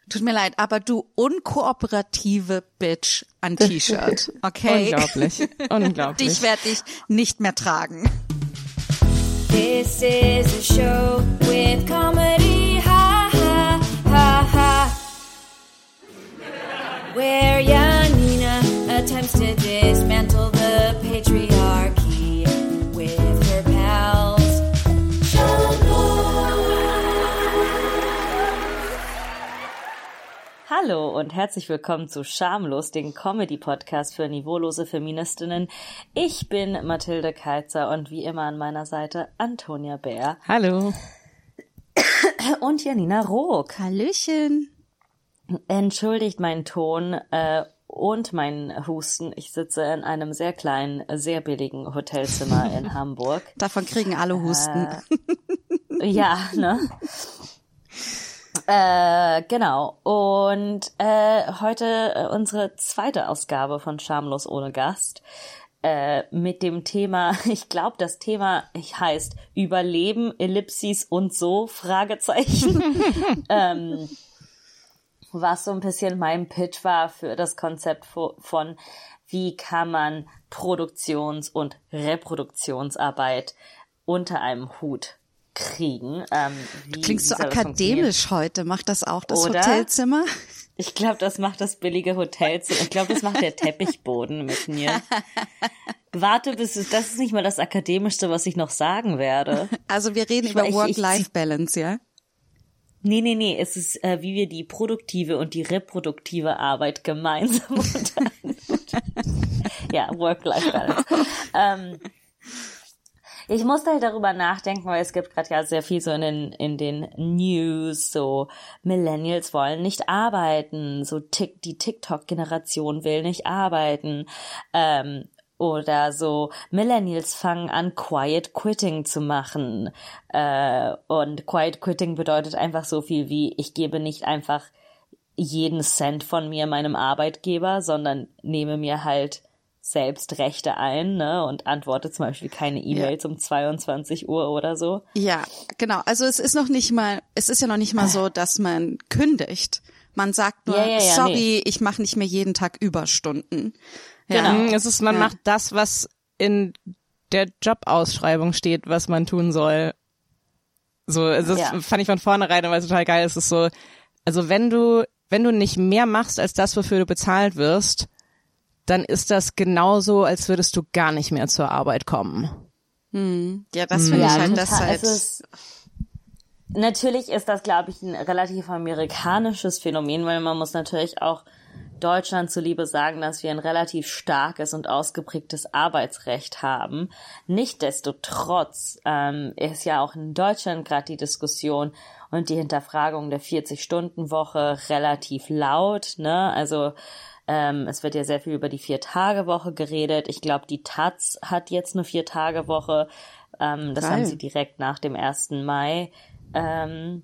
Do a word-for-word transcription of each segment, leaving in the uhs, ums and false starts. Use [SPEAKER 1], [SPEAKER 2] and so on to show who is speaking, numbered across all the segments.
[SPEAKER 1] Tut mir leid, aber du unkooperative Bitch an T-Shirt, okay?
[SPEAKER 2] Unglaublich, unglaublich.
[SPEAKER 1] Dich werde ich nicht mehr tragen.
[SPEAKER 3] This is a show with comedy, ha, ha, ha, ha. Where Janina attempts to dismantle the patriarchy with her pals.
[SPEAKER 4] Hallo und herzlich willkommen zu Schamlos, dem Comedy-Podcast für niveaulose Feministinnen. Ich bin Mathilde Keitzer und wie immer an meiner Seite Antonia Bär.
[SPEAKER 2] Hallo.
[SPEAKER 4] Und Janina Rook.
[SPEAKER 1] Hallöchen.
[SPEAKER 4] Entschuldigt meinen Ton äh, und meinen Husten. Ich sitze in einem sehr kleinen, sehr billigen Hotelzimmer in Hamburg.
[SPEAKER 1] Davon kriegen alle Husten.
[SPEAKER 4] Äh, ja, ne? Äh, genau. Und äh, heute äh, unsere zweite Ausgabe von Schamlos ohne Gast äh, mit dem Thema, ich glaube, das Thema heißt Überleben, Ellipsis und so, Fragezeichen. ähm, was so ein bisschen mein Pitch war für das Konzept von, wie kann man Produktions- und Reproduktionsarbeit unter einem Hut kriegen. Ähm, wie,
[SPEAKER 1] du klingst so akademisch heute. Macht das auch das
[SPEAKER 4] Oder?
[SPEAKER 1] Hotelzimmer?
[SPEAKER 4] Ich glaube, das macht das billige Hotelzimmer. Ich glaube, das macht der Teppichboden mit mir. Warte, bis es, das ist nicht mal das Akademischste, was ich noch sagen werde.
[SPEAKER 1] Also wir reden
[SPEAKER 4] ich,
[SPEAKER 1] über
[SPEAKER 4] ich,
[SPEAKER 1] Work-Life-Balance, ja?
[SPEAKER 4] Nee, nee, nee. Es ist, äh, wie wir die produktive und die reproduktive Arbeit gemeinsam unter einen Hut. Ja, Work-Life-Balance. ähm, Ich musste halt darüber nachdenken, weil es gibt gerade ja sehr viel so in den in den News, so Millennials wollen nicht arbeiten, so Tick, die TikTok-Generation will nicht arbeiten, ähm, oder so Millennials fangen an, Quiet Quitting zu machen. Äh, und Quiet Quitting bedeutet einfach so viel wie, ich gebe nicht einfach jeden Cent von mir meinem Arbeitgeber, sondern nehme mir halt selbst Rechte ein, ne, und antworte zum Beispiel keine E-Mails ja. um zweiundzwanzig Uhr oder so.
[SPEAKER 1] Ja, genau. Also es ist noch nicht mal, es ist ja noch nicht mal so, dass man kündigt. Man sagt nur,
[SPEAKER 4] ja, ja, ja,
[SPEAKER 1] sorry,
[SPEAKER 4] nee.
[SPEAKER 1] ich mache nicht mehr jeden Tag Überstunden. Ja.
[SPEAKER 2] Genau. Es ist, man
[SPEAKER 1] ja.
[SPEAKER 2] macht das, was in der Jobausschreibung steht, was man tun soll. So, also das ja. fand ich von vornherein immer total geil. Es ist so, also wenn du, wenn du nicht mehr machst als das, wofür du bezahlt wirst, dann ist das genauso, als würdest du gar nicht mehr zur Arbeit kommen.
[SPEAKER 1] Hm. Ja, das finde
[SPEAKER 4] ja,
[SPEAKER 1] ich halt das halt.
[SPEAKER 4] Ist, natürlich ist das, glaube ich, ein relativ amerikanisches Phänomen, weil man muss natürlich auch Deutschland zuliebe sagen, dass wir ein relativ starkes und ausgeprägtes Arbeitsrecht haben. Nichtsdestotrotz ähm, ist ja auch in Deutschland gerade die Diskussion und die Hinterfragung der vierzig-Stunden-Woche relativ laut, ne? Also Ähm, es wird ja sehr viel über die Vier-Tage-Woche geredet. Ich glaube, die Taz hat jetzt eine Vier-Tage-Woche. Ähm, das Geil. Haben sie direkt nach dem ersten Mai ähm,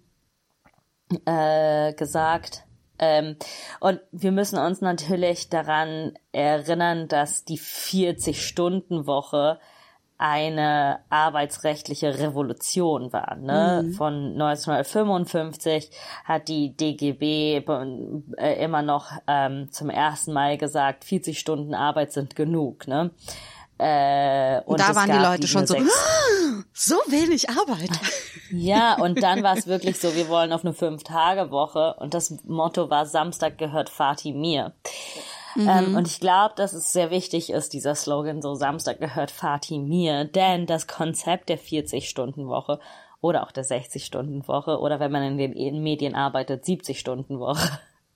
[SPEAKER 4] äh, gesagt. Ähm, und wir müssen uns natürlich daran erinnern, dass die vierzig-Stunden-Woche eine arbeitsrechtliche Revolution war, ne? Mhm. Von neunzehnhundertfünfundfünfzig hat die D G B äh, immer noch ähm, zum ersten Mal gesagt, vierzig Stunden Arbeit sind genug, ne? Äh, und
[SPEAKER 1] und da waren die Leute schon so,
[SPEAKER 4] sechs
[SPEAKER 1] so wenig Arbeit.
[SPEAKER 4] Ja, und dann war es wirklich so, wir wollen auf eine Fünf-Tage-Woche und das Motto war, Samstag gehört Fatih mir. Mhm. Ähm, und ich glaube, dass es sehr wichtig ist, dieser Slogan, so Samstag gehört Fatih mir, denn das Konzept der vierzig-Stunden-Woche oder auch der sechzig-Stunden-Woche oder wenn man in den Medien arbeitet, siebzig-Stunden-Woche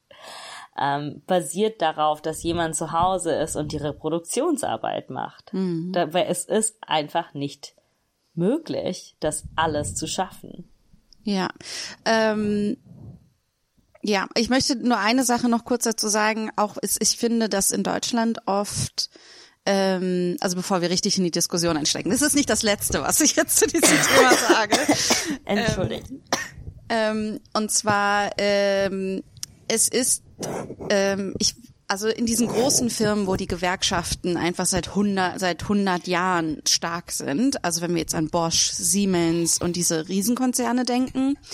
[SPEAKER 4] ähm, basiert darauf, dass jemand zu Hause ist und die Reproduktionsarbeit macht. Mhm. Da, weil es ist einfach nicht möglich, das alles zu schaffen.
[SPEAKER 1] Ja, ähm Ja, ich möchte nur eine Sache noch kurz dazu sagen. Auch ist, ich finde, dass in Deutschland oft, ähm, also bevor wir richtig in die Diskussion einsteigen, das ist nicht das Letzte, was ich jetzt zu diesem Thema sage.
[SPEAKER 4] Entschuldigt.
[SPEAKER 1] Ähm, ähm, und zwar, ähm, es ist, ähm, ich, also in diesen großen Firmen, wo die Gewerkschaften einfach seit hundert, seit hundert Jahren stark sind, also wenn wir jetzt an Bosch, Siemens und diese Riesenkonzerne denken,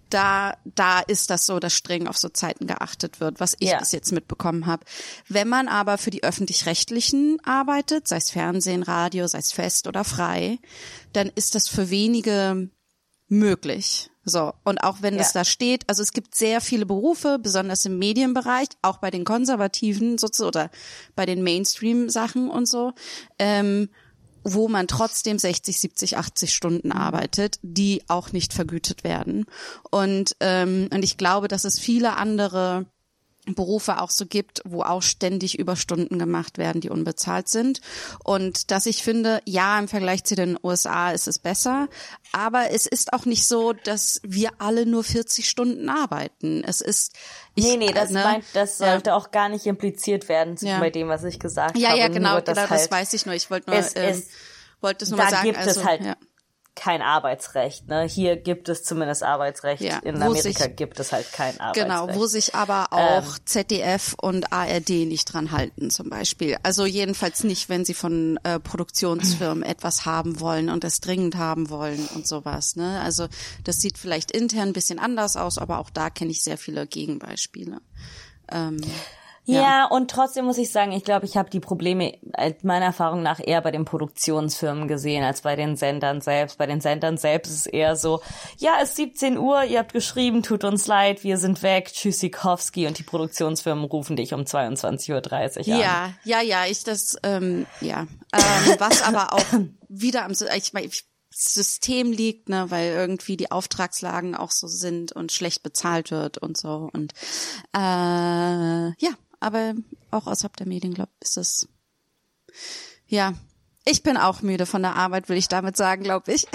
[SPEAKER 1] da da ist das so, dass streng auf so Zeiten geachtet wird, was ich
[SPEAKER 4] Ja.
[SPEAKER 1] bis jetzt mitbekommen habe. Wenn man aber für die Öffentlich-Rechtlichen arbeitet, sei es Fernsehen, Radio, sei es fest oder frei, dann ist das für wenige möglich. So, und auch wenn
[SPEAKER 4] Ja.
[SPEAKER 1] es da steht, also es gibt sehr viele Berufe, besonders im Medienbereich, auch bei den Konservativen sozusagen oder bei den Mainstream-Sachen und so, ähm, wo man trotzdem sechzig, siebzig, achtzig Stunden arbeitet, die auch nicht vergütet werden. Und ähm, und ich glaube, dass es viele andere Berufe auch so gibt, wo auch ständig Überstunden gemacht werden, die unbezahlt sind. Und dass ich finde, ja, im Vergleich zu den U S A ist es besser, aber es ist auch nicht so, dass wir alle nur vierzig Stunden arbeiten. Es ist ich,
[SPEAKER 4] Nee, nee, das
[SPEAKER 1] ne,
[SPEAKER 4] meint, das
[SPEAKER 1] ja.
[SPEAKER 4] sollte auch gar nicht impliziert werden zu,
[SPEAKER 1] Ja.
[SPEAKER 4] bei dem, was ich gesagt
[SPEAKER 1] Ja,
[SPEAKER 4] habe.
[SPEAKER 1] ja, genau,
[SPEAKER 4] Nur,
[SPEAKER 1] genau,
[SPEAKER 4] dass
[SPEAKER 1] das
[SPEAKER 4] halt,
[SPEAKER 1] weiß ich nur. Ich wollte nur,
[SPEAKER 4] es
[SPEAKER 1] ähm,
[SPEAKER 4] ist-
[SPEAKER 1] wollte es nur
[SPEAKER 4] da
[SPEAKER 1] mal sagen.
[SPEAKER 4] gibt
[SPEAKER 1] also,
[SPEAKER 4] es halt
[SPEAKER 1] ja.
[SPEAKER 4] kein Arbeitsrecht, ne? Hier gibt es zumindest Arbeitsrecht.
[SPEAKER 1] Ja,
[SPEAKER 4] In
[SPEAKER 1] wo
[SPEAKER 4] Amerika
[SPEAKER 1] sich-
[SPEAKER 4] gibt es halt kein Arbeitsrecht.
[SPEAKER 1] Genau, wo sich aber auch Z D F und A R D nicht dran halten zum Beispiel. Also jedenfalls nicht, wenn sie von äh, Produktionsfirmen etwas haben wollen und es dringend haben wollen und sowas. Ne? Also das sieht vielleicht intern ein bisschen anders aus, aber auch da kenne ich sehr viele Gegenbeispiele. Ähm,
[SPEAKER 4] Ja,
[SPEAKER 1] Ja.
[SPEAKER 4] und trotzdem muss ich sagen, ich glaube, ich habe die Probleme äh, meiner Erfahrung nach eher bei den Produktionsfirmen gesehen als bei den Sendern selbst. Bei den Sendern selbst ist es eher so, ja, es ist siebzehn Uhr, ihr habt geschrieben, tut uns leid, wir sind weg, Tschüssikowski, und die Produktionsfirmen rufen dich um zweiundzwanzig Uhr dreißig an.
[SPEAKER 1] Ja, ja, ja, ich das, ähm, ja. Ähm, was aber auch wieder am, ich meine, System liegt, ne, weil irgendwie die Auftragslagen auch so sind und schlecht bezahlt wird und so und äh, ja, aber auch außerhalb der Medien, glaube ich, ist es, ja, ich bin auch müde von der Arbeit, will ich damit sagen, glaube ich.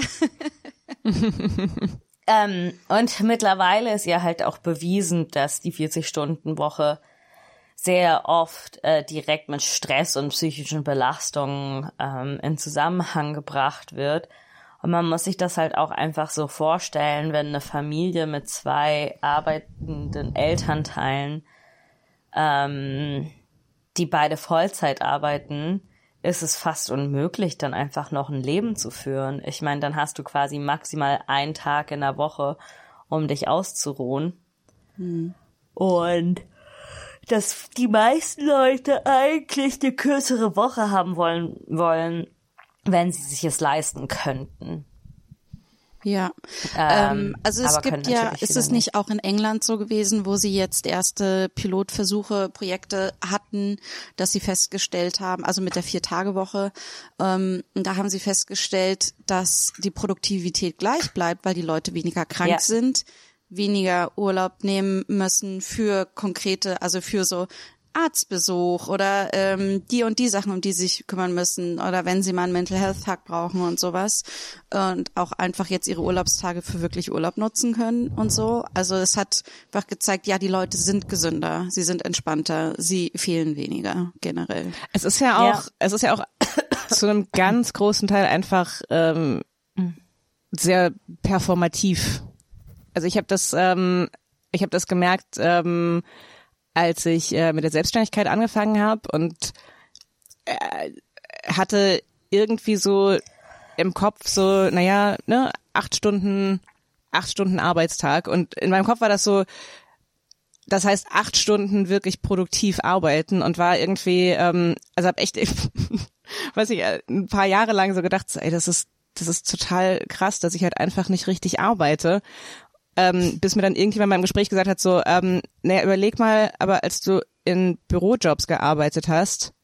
[SPEAKER 4] Ähm, und mittlerweile ist ja halt auch bewiesen, dass die vierzig-Stunden-Woche sehr oft äh, direkt mit Stress und psychischen Belastungen ähm, in Zusammenhang gebracht wird. Und man muss sich das halt auch einfach so vorstellen, wenn eine Familie mit zwei arbeitenden Elternteilen, ähm, die beide Vollzeit arbeiten, ist es fast unmöglich, dann einfach noch ein Leben zu führen. Ich meine, dann hast du quasi maximal einen Tag in der Woche, um dich auszuruhen. Hm. Und dass die meisten Leute eigentlich eine kürzere Woche haben wollen, wollen, wenn sie sich es leisten könnten.
[SPEAKER 1] Ja,
[SPEAKER 4] Ähm,
[SPEAKER 1] ähm, also es
[SPEAKER 4] aber
[SPEAKER 1] gibt
[SPEAKER 4] können
[SPEAKER 1] ja,
[SPEAKER 4] natürlich
[SPEAKER 1] ist
[SPEAKER 4] viele
[SPEAKER 1] es nicht auch in England so gewesen, wo sie jetzt erste Pilotversuche, Projekte hatten, dass sie festgestellt haben, also mit der Vier-Tage-Woche, ähm, da haben sie festgestellt, dass die Produktivität gleich bleibt, weil die Leute weniger krank
[SPEAKER 4] Ja.
[SPEAKER 1] sind, weniger Urlaub nehmen müssen für konkrete, also für so Arztbesuch oder ähm, die und die Sachen, um die sie sich kümmern müssen oder wenn sie mal einen Mental Health Tag brauchen und sowas und auch einfach jetzt ihre Urlaubstage für wirklich Urlaub nutzen können und so. Also es hat einfach gezeigt, ja, die Leute sind gesünder, sie sind entspannter, sie fehlen weniger generell.
[SPEAKER 2] Es ist ja auch,
[SPEAKER 4] Ja.
[SPEAKER 2] es ist ja auch zu einem ganz großen Teil einfach ähm, sehr performativ. Also ich habe das, ähm, ich habe das gemerkt, ähm, als ich äh, mit der Selbstständigkeit angefangen habe und äh, hatte irgendwie so im Kopf so, naja, ne, acht Stunden, acht Stunden Arbeitstag und in meinem Kopf war das so, das heißt acht Stunden wirklich produktiv arbeiten und war irgendwie, ähm, also hab echt, weiß ich, ein paar Jahre lang so gedacht, ey, das ist, das ist total krass, dass ich halt einfach nicht richtig arbeite. Ähm, bis mir dann irgendjemand beim Gespräch gesagt hat, so, ähm, naja, überleg mal, aber als du in Bürojobs gearbeitet hast,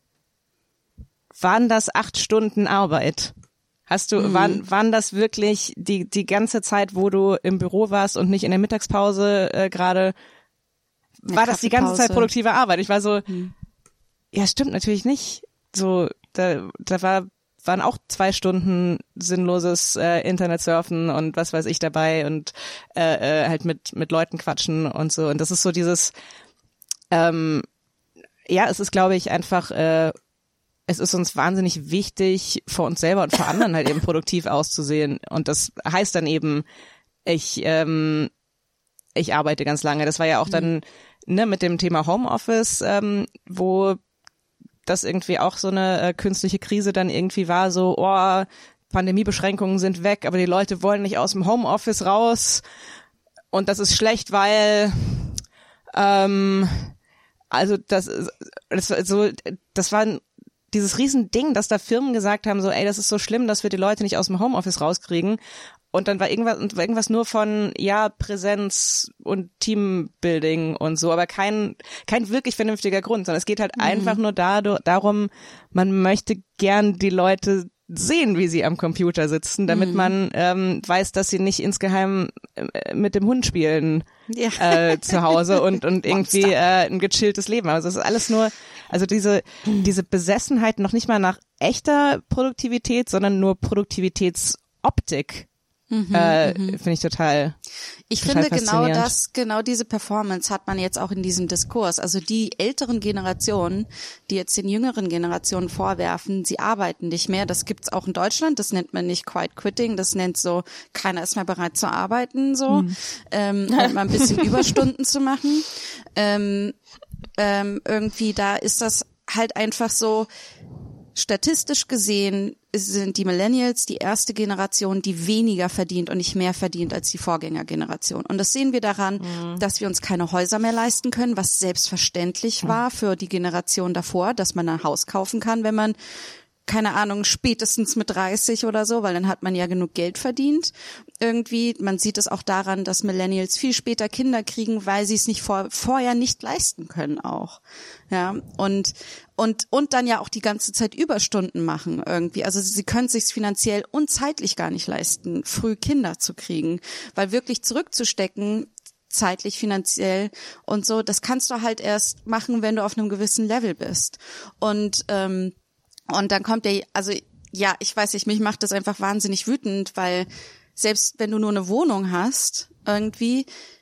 [SPEAKER 2] waren das acht Stunden Arbeit? Hast du, mhm. waren, waren das wirklich die, die ganze Zeit, wo du im Büro warst und nicht in der Mittagspause äh, gerade, war das die ganze Zeit produktive Arbeit? Ich war so, mhm. ja, stimmt natürlich nicht. So, da, da war, waren auch zwei Stunden sinnloses äh, Internetsurfen und was weiß ich dabei und äh, äh, halt mit mit Leuten quatschen und so. Und das ist so dieses, ähm, ja, es ist, glaube ich, einfach, äh, es ist uns wahnsinnig wichtig, vor uns selber und vor anderen halt eben produktiv auszusehen. Und das heißt dann eben, ich ähm, ich arbeite ganz lange. Das war ja auch dann ne mit dem Thema Homeoffice, ähm, wo das irgendwie auch so eine äh, künstliche Krise dann irgendwie war, so, oh, Pandemiebeschränkungen sind weg, aber die Leute wollen nicht aus dem Homeoffice raus und das ist schlecht, weil ähm, also das, das war so, das war dieses Riesending, dass da Firmen gesagt haben, so, ey, das ist so schlimm, dass wir die Leute nicht aus dem Homeoffice rauskriegen. Und dann war irgendwas, irgendwas nur von, ja, Präsenz und Teambuilding und so, aber kein, kein wirklich vernünftiger Grund, sondern es geht halt mhm. einfach nur da, darum, man möchte gern die Leute sehen, wie sie am Computer sitzen, damit mhm. man ähm, weiß, dass sie nicht insgeheim äh, mit dem Hund spielen ja. äh, zu Hause und und irgendwie äh, ein gechilltes Leben. Also es ist alles nur, also diese diese Besessenheit noch nicht mal nach echter Produktivität, sondern nur Produktivitätsoptik. Mhm, äh, finde ich total
[SPEAKER 1] Ich
[SPEAKER 2] total
[SPEAKER 1] finde genau das, genau diese Performance hat man jetzt auch in diesem Diskurs. Also die älteren Generationen, die jetzt den jüngeren Generationen vorwerfen, sie arbeiten nicht mehr. Das gibt's auch in Deutschland. Das nennt man nicht Quiet Quitting. Das nennt so, keiner ist mehr bereit zu arbeiten, so, mhm. ähm, und mal ein bisschen Überstunden zu machen. Ähm, ähm, irgendwie da ist das halt einfach so, statistisch gesehen sind die Millennials die erste Generation, die weniger verdient und nicht mehr verdient als die Vorgängergeneration. Und das sehen wir daran, mhm. dass wir uns keine Häuser mehr leisten können, was selbstverständlich mhm. war für die Generation davor, dass man ein Haus kaufen kann, wenn man, keine Ahnung, spätestens mit dreißig oder so, weil dann hat man ja genug Geld verdient. Irgendwie, man sieht es auch daran, dass Millennials viel später Kinder kriegen, weil sie es nicht vor, vorher nicht leisten können auch. Ja, und und und dann ja auch die ganze Zeit Überstunden machen irgendwie. Also sie können es sich finanziell und zeitlich gar nicht leisten, früh Kinder zu kriegen, weil wirklich zurückzustecken, zeitlich, finanziell und so, das kannst du halt erst machen, wenn du auf einem gewissen Level bist. Und ähm, Und dann kommt der, also ja, ich weiß nicht, mich macht das einfach wahnsinnig wütend, weil selbst wenn du nur eine Wohnung hast, irgendwie,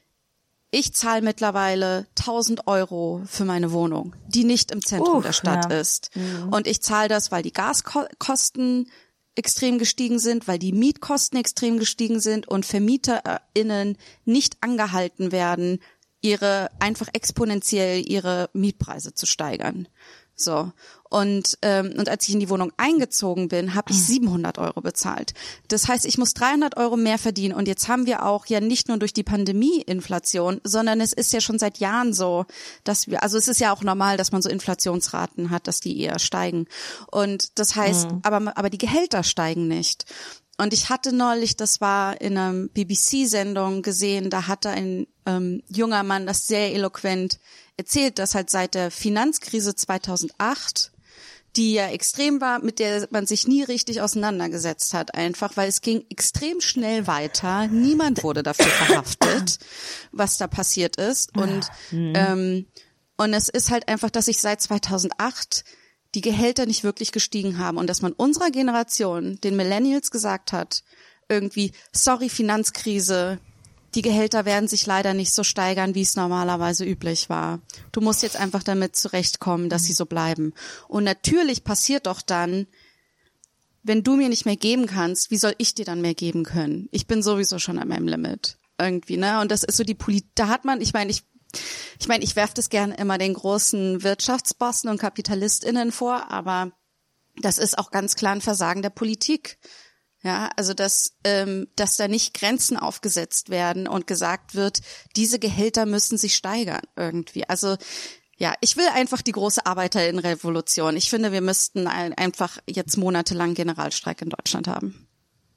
[SPEAKER 1] ich zahle mittlerweile tausend Euro für meine Wohnung, die nicht im Zentrum uh, der Stadt ja. ist. Mhm. Und ich zahle das, weil die Gaskosten extrem gestiegen sind, weil die Mietkosten extrem gestiegen sind und VermieterInnen nicht angehalten werden, ihre, einfach exponentiell ihre Mietpreise zu steigern. So. Und ähm, und als ich in die Wohnung eingezogen bin, habe ich siebenhundert Euro bezahlt. Das heißt, ich muss dreihundert Euro mehr verdienen. Und jetzt haben wir auch ja nicht nur durch die Pandemie Inflation, sondern es ist ja schon seit Jahren so, dass wir, also es ist ja auch normal, dass man so Inflationsraten hat, dass die eher steigen. Und das heißt, mhm. aber aber die Gehälter steigen nicht. Und ich hatte neulich, das war in einer B B C-Sendung gesehen, da hatte ein ähm, junger Mann das sehr eloquent erzählt, dass halt seit der Finanzkrise zweitausendacht, die ja extrem war, mit der man sich nie richtig auseinandergesetzt hat, einfach, weil es ging extrem schnell weiter. Niemand wurde dafür verhaftet, was da passiert ist. Und mhm. ähm, und es ist halt einfach, dass sich seit zweitausendacht die Gehälter nicht wirklich gestiegen haben und dass man unserer Generation, den Millennials, gesagt hat, irgendwie, sorry, Finanzkrise, die Gehälter werden sich leider nicht so steigern, wie es normalerweise üblich war. Du musst jetzt einfach damit zurechtkommen, dass sie so bleiben. Und natürlich passiert doch dann, wenn du mir nicht mehr geben kannst, wie soll ich dir dann mehr geben können? Ich bin sowieso schon an meinem Limit. Irgendwie, ne? Und das ist so die Politik, da hat man, ich meine, ich Ich meine, ich werfe das gerne immer den großen Wirtschaftsbossen und KapitalistInnen vor, aber das ist auch ganz klar ein Versagen der Politik. Ja, also dass ähm, dass da nicht Grenzen aufgesetzt werden und gesagt wird, diese Gehälter müssen sich steigern irgendwie. Also ja, ich will einfach die große Arbeiterinnenrevolution. Ich finde, wir müssten ein, einfach jetzt monatelang Generalstreik in Deutschland haben.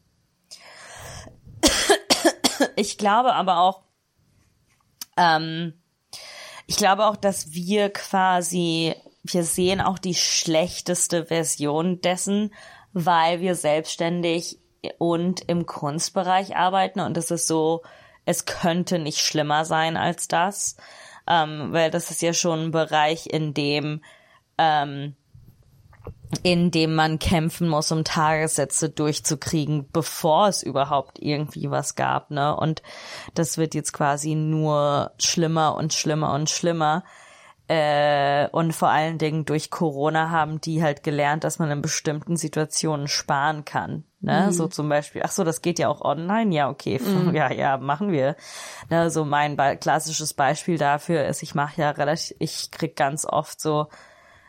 [SPEAKER 4] Ich glaube aber auch, ähm, ich glaube auch, dass wir quasi, wir sehen auch die schlechteste Version dessen, weil wir selbstständig und im Kunstbereich arbeiten und es ist so, es könnte nicht schlimmer sein als das, ähm, weil das ist ja schon ein Bereich, in dem ähm, in dem man kämpfen muss, um Tagessätze durchzukriegen, bevor es überhaupt irgendwie was gab, ne? Und das wird jetzt quasi nur schlimmer und schlimmer und schlimmer. Äh, und vor allen Dingen durch Corona haben die halt gelernt, dass man in bestimmten Situationen sparen kann, ne? Mhm. So zum Beispiel, ach so, das geht ja auch online, ja, okay, mhm. ja, ja, machen wir. Ne, so mein be- klassisches Beispiel dafür ist, ich mache ja relativ, ich krieg ganz oft so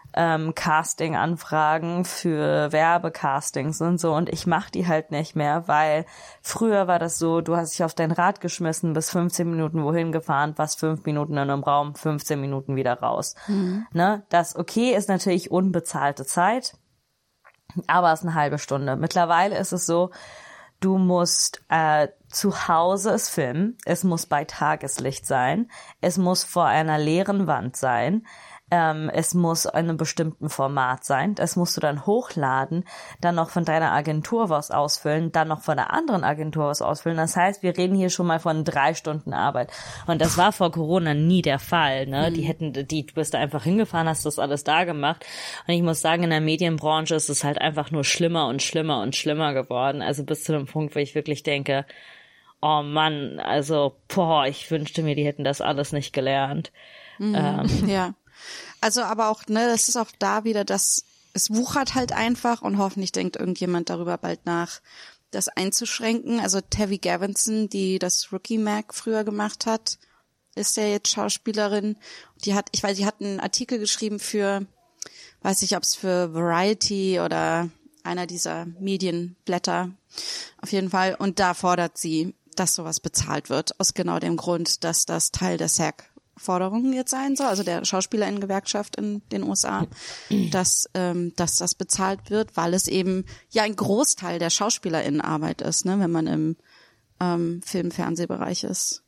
[SPEAKER 4] ähm, Casting-Anfragen für Werbecastings und so und ich mache die halt nicht mehr, weil früher war das so, du hast dich auf dein Rad geschmissen, bis fünfzehn Minuten wohin gefahren, warst fünf Minuten in einem Raum, fünfzehn Minuten wieder raus. Mhm. Ne? Das okay ist natürlich unbezahlte Zeit, aber es ist eine halbe Stunde. Mittlerweile ist es so, du musst äh, zu Hause es filmen, es muss bei Tageslicht sein, es muss vor einer leeren Wand sein, ähm, es muss in einem bestimmten Format sein, das musst du dann hochladen, dann noch von deiner Agentur was ausfüllen, dann noch von der anderen Agentur was ausfüllen. Das heißt, wir reden hier schon mal von drei Stunden Arbeit. Und das war vor Corona nie der Fall. Ne? Mhm. Die hätten, die, du bist da einfach hingefahren, hast das alles da gemacht. Und ich muss sagen, in der Medienbranche ist es halt einfach nur schlimmer und schlimmer und schlimmer geworden. Also bis zu dem Punkt, wo ich wirklich denke, oh Mann, also, boah, ich wünschte mir, die hätten das alles nicht gelernt.
[SPEAKER 1] Mhm. Ähm. Ja. Also, aber auch, ne, das ist auch da wieder, dass es wuchert halt einfach und hoffentlich denkt irgendjemand darüber bald nach, das einzuschränken. Also, Tavi Gevinson, die das Rookie Mac früher gemacht hat, ist ja jetzt Schauspielerin. Die hat, ich weiß, sie hat einen Artikel geschrieben für, weiß ich, ob es für Variety oder einer dieser Medienblätter, auf jeden Fall. Und da fordert sie, dass sowas bezahlt wird, aus genau dem Grund, dass das Teil der S A G-Forderungen jetzt sein soll, also der Schauspielerinnengewerkschaft in den U S A, dass ähm, dass das bezahlt wird, weil es eben ja ein Großteil der Schauspielerinnenarbeit ist, ne, wenn man im ähm, Film-Fernsehbereich ist.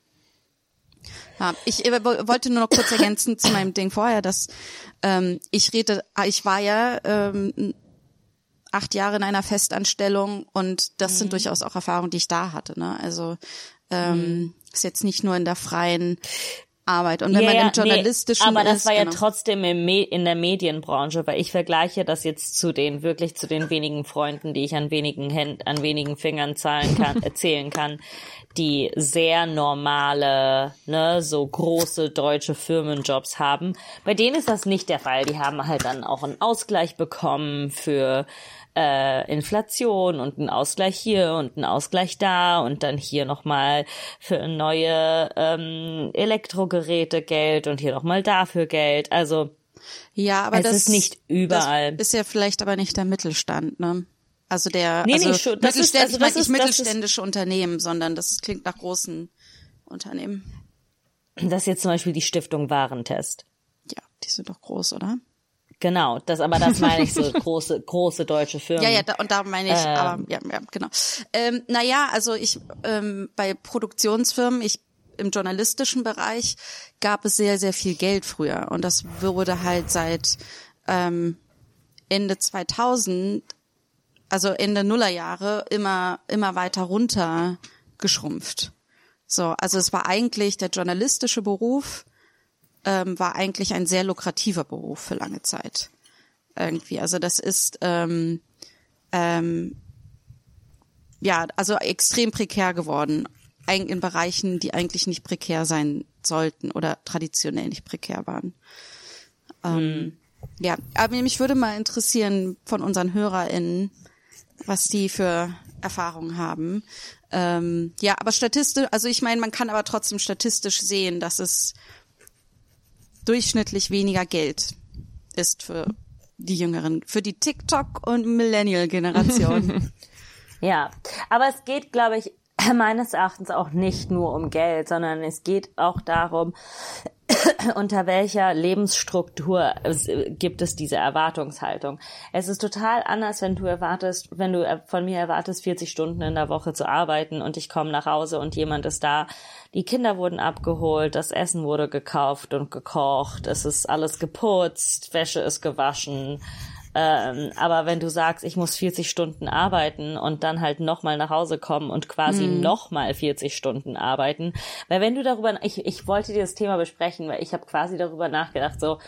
[SPEAKER 1] Ja, ich äh, wollte nur noch kurz ergänzen zu meinem Ding vorher, dass ähm, ich rede, ich war ja ähm, acht Jahre in einer Festanstellung und das mhm. sind durchaus auch Erfahrungen, die ich da hatte. Ne? Also ähm, mhm. ist jetzt nicht nur in der freien Arbeit. Und wenn
[SPEAKER 4] ja,
[SPEAKER 1] man im Journalistischen
[SPEAKER 4] nee, aber das
[SPEAKER 1] ist,
[SPEAKER 4] war ja
[SPEAKER 1] genau.
[SPEAKER 4] trotzdem im Me- in der Medienbranche, weil ich vergleiche das jetzt zu den, wirklich zu den wenigen Freunden, die ich an wenigen Händen, an wenigen Fingern zahlen kann, erzählen kann, die sehr normale, ne, so große deutsche Firmenjobs haben. Bei denen ist das nicht der Fall. Die haben halt dann auch einen Ausgleich bekommen für äh, Inflation und einen Ausgleich hier und einen Ausgleich da und dann hier nochmal für neue ähm, Elektrogeräte Geld und hier nochmal dafür Geld. Also
[SPEAKER 1] ja, aber
[SPEAKER 4] es
[SPEAKER 1] das
[SPEAKER 4] ist nicht überall.
[SPEAKER 1] Das ist ja vielleicht aber nicht der Mittelstand, ne? Also der
[SPEAKER 4] nee,
[SPEAKER 1] also
[SPEAKER 4] nee, schon, das ist, also
[SPEAKER 1] das
[SPEAKER 4] das
[SPEAKER 1] nicht
[SPEAKER 4] ist,
[SPEAKER 1] mittelständische das ist, Unternehmen, sondern das klingt nach großen Unternehmen.
[SPEAKER 4] Das ist jetzt zum Beispiel die Stiftung Warentest.
[SPEAKER 1] Ja, die sind doch groß, oder?
[SPEAKER 4] Genau, das, aber das meine ich so große, große deutsche Firmen.
[SPEAKER 1] Ja, ja, da, und da meine ich,
[SPEAKER 4] ähm.
[SPEAKER 1] aber ja, ja, genau. Ähm, naja, also ich ähm, bei Produktionsfirmen, ich im journalistischen Bereich gab es sehr, sehr viel Geld früher und das wurde halt seit ähm, Ende zweitausend, also Ende Nullerjahre, immer immer weiter runter geschrumpft. So, also es war eigentlich der journalistische Beruf ähm, war eigentlich ein sehr lukrativer Beruf für lange Zeit irgendwie. Also das ist ähm, ähm, ja also extrem prekär geworden in Bereichen, die eigentlich nicht prekär sein sollten oder traditionell nicht prekär waren. Ähm, mhm. Ja, aber mich würde mal interessieren von unseren HörerInnen, was die für Erfahrungen haben. Ähm, ja, aber statistisch, also ich meine, man kann aber trotzdem statistisch sehen, dass es durchschnittlich weniger Geld ist für die Jüngeren, für die TikTok- und Millennial-Generation.
[SPEAKER 4] Ja, aber es geht, glaube ich, meines Erachtens auch nicht nur um Geld, sondern es geht auch darum, unter welcher Lebensstruktur gibt es diese Erwartungshaltung. Es ist total anders, wenn du erwartest, wenn du von mir erwartest, vierzig Stunden in der Woche zu arbeiten und ich komme nach Hause und jemand ist da. Die Kinder wurden abgeholt, das Essen wurde gekauft und gekocht, es ist alles geputzt, Wäsche ist gewaschen. Ähm, aber wenn du sagst, ich muss vierzig Stunden arbeiten und dann halt nochmal nach Hause kommen und quasi hm. nochmal vierzig Stunden arbeiten, weil wenn du darüber, ich, ich wollte dir das Thema besprechen, weil ich habe quasi darüber nachgedacht, so,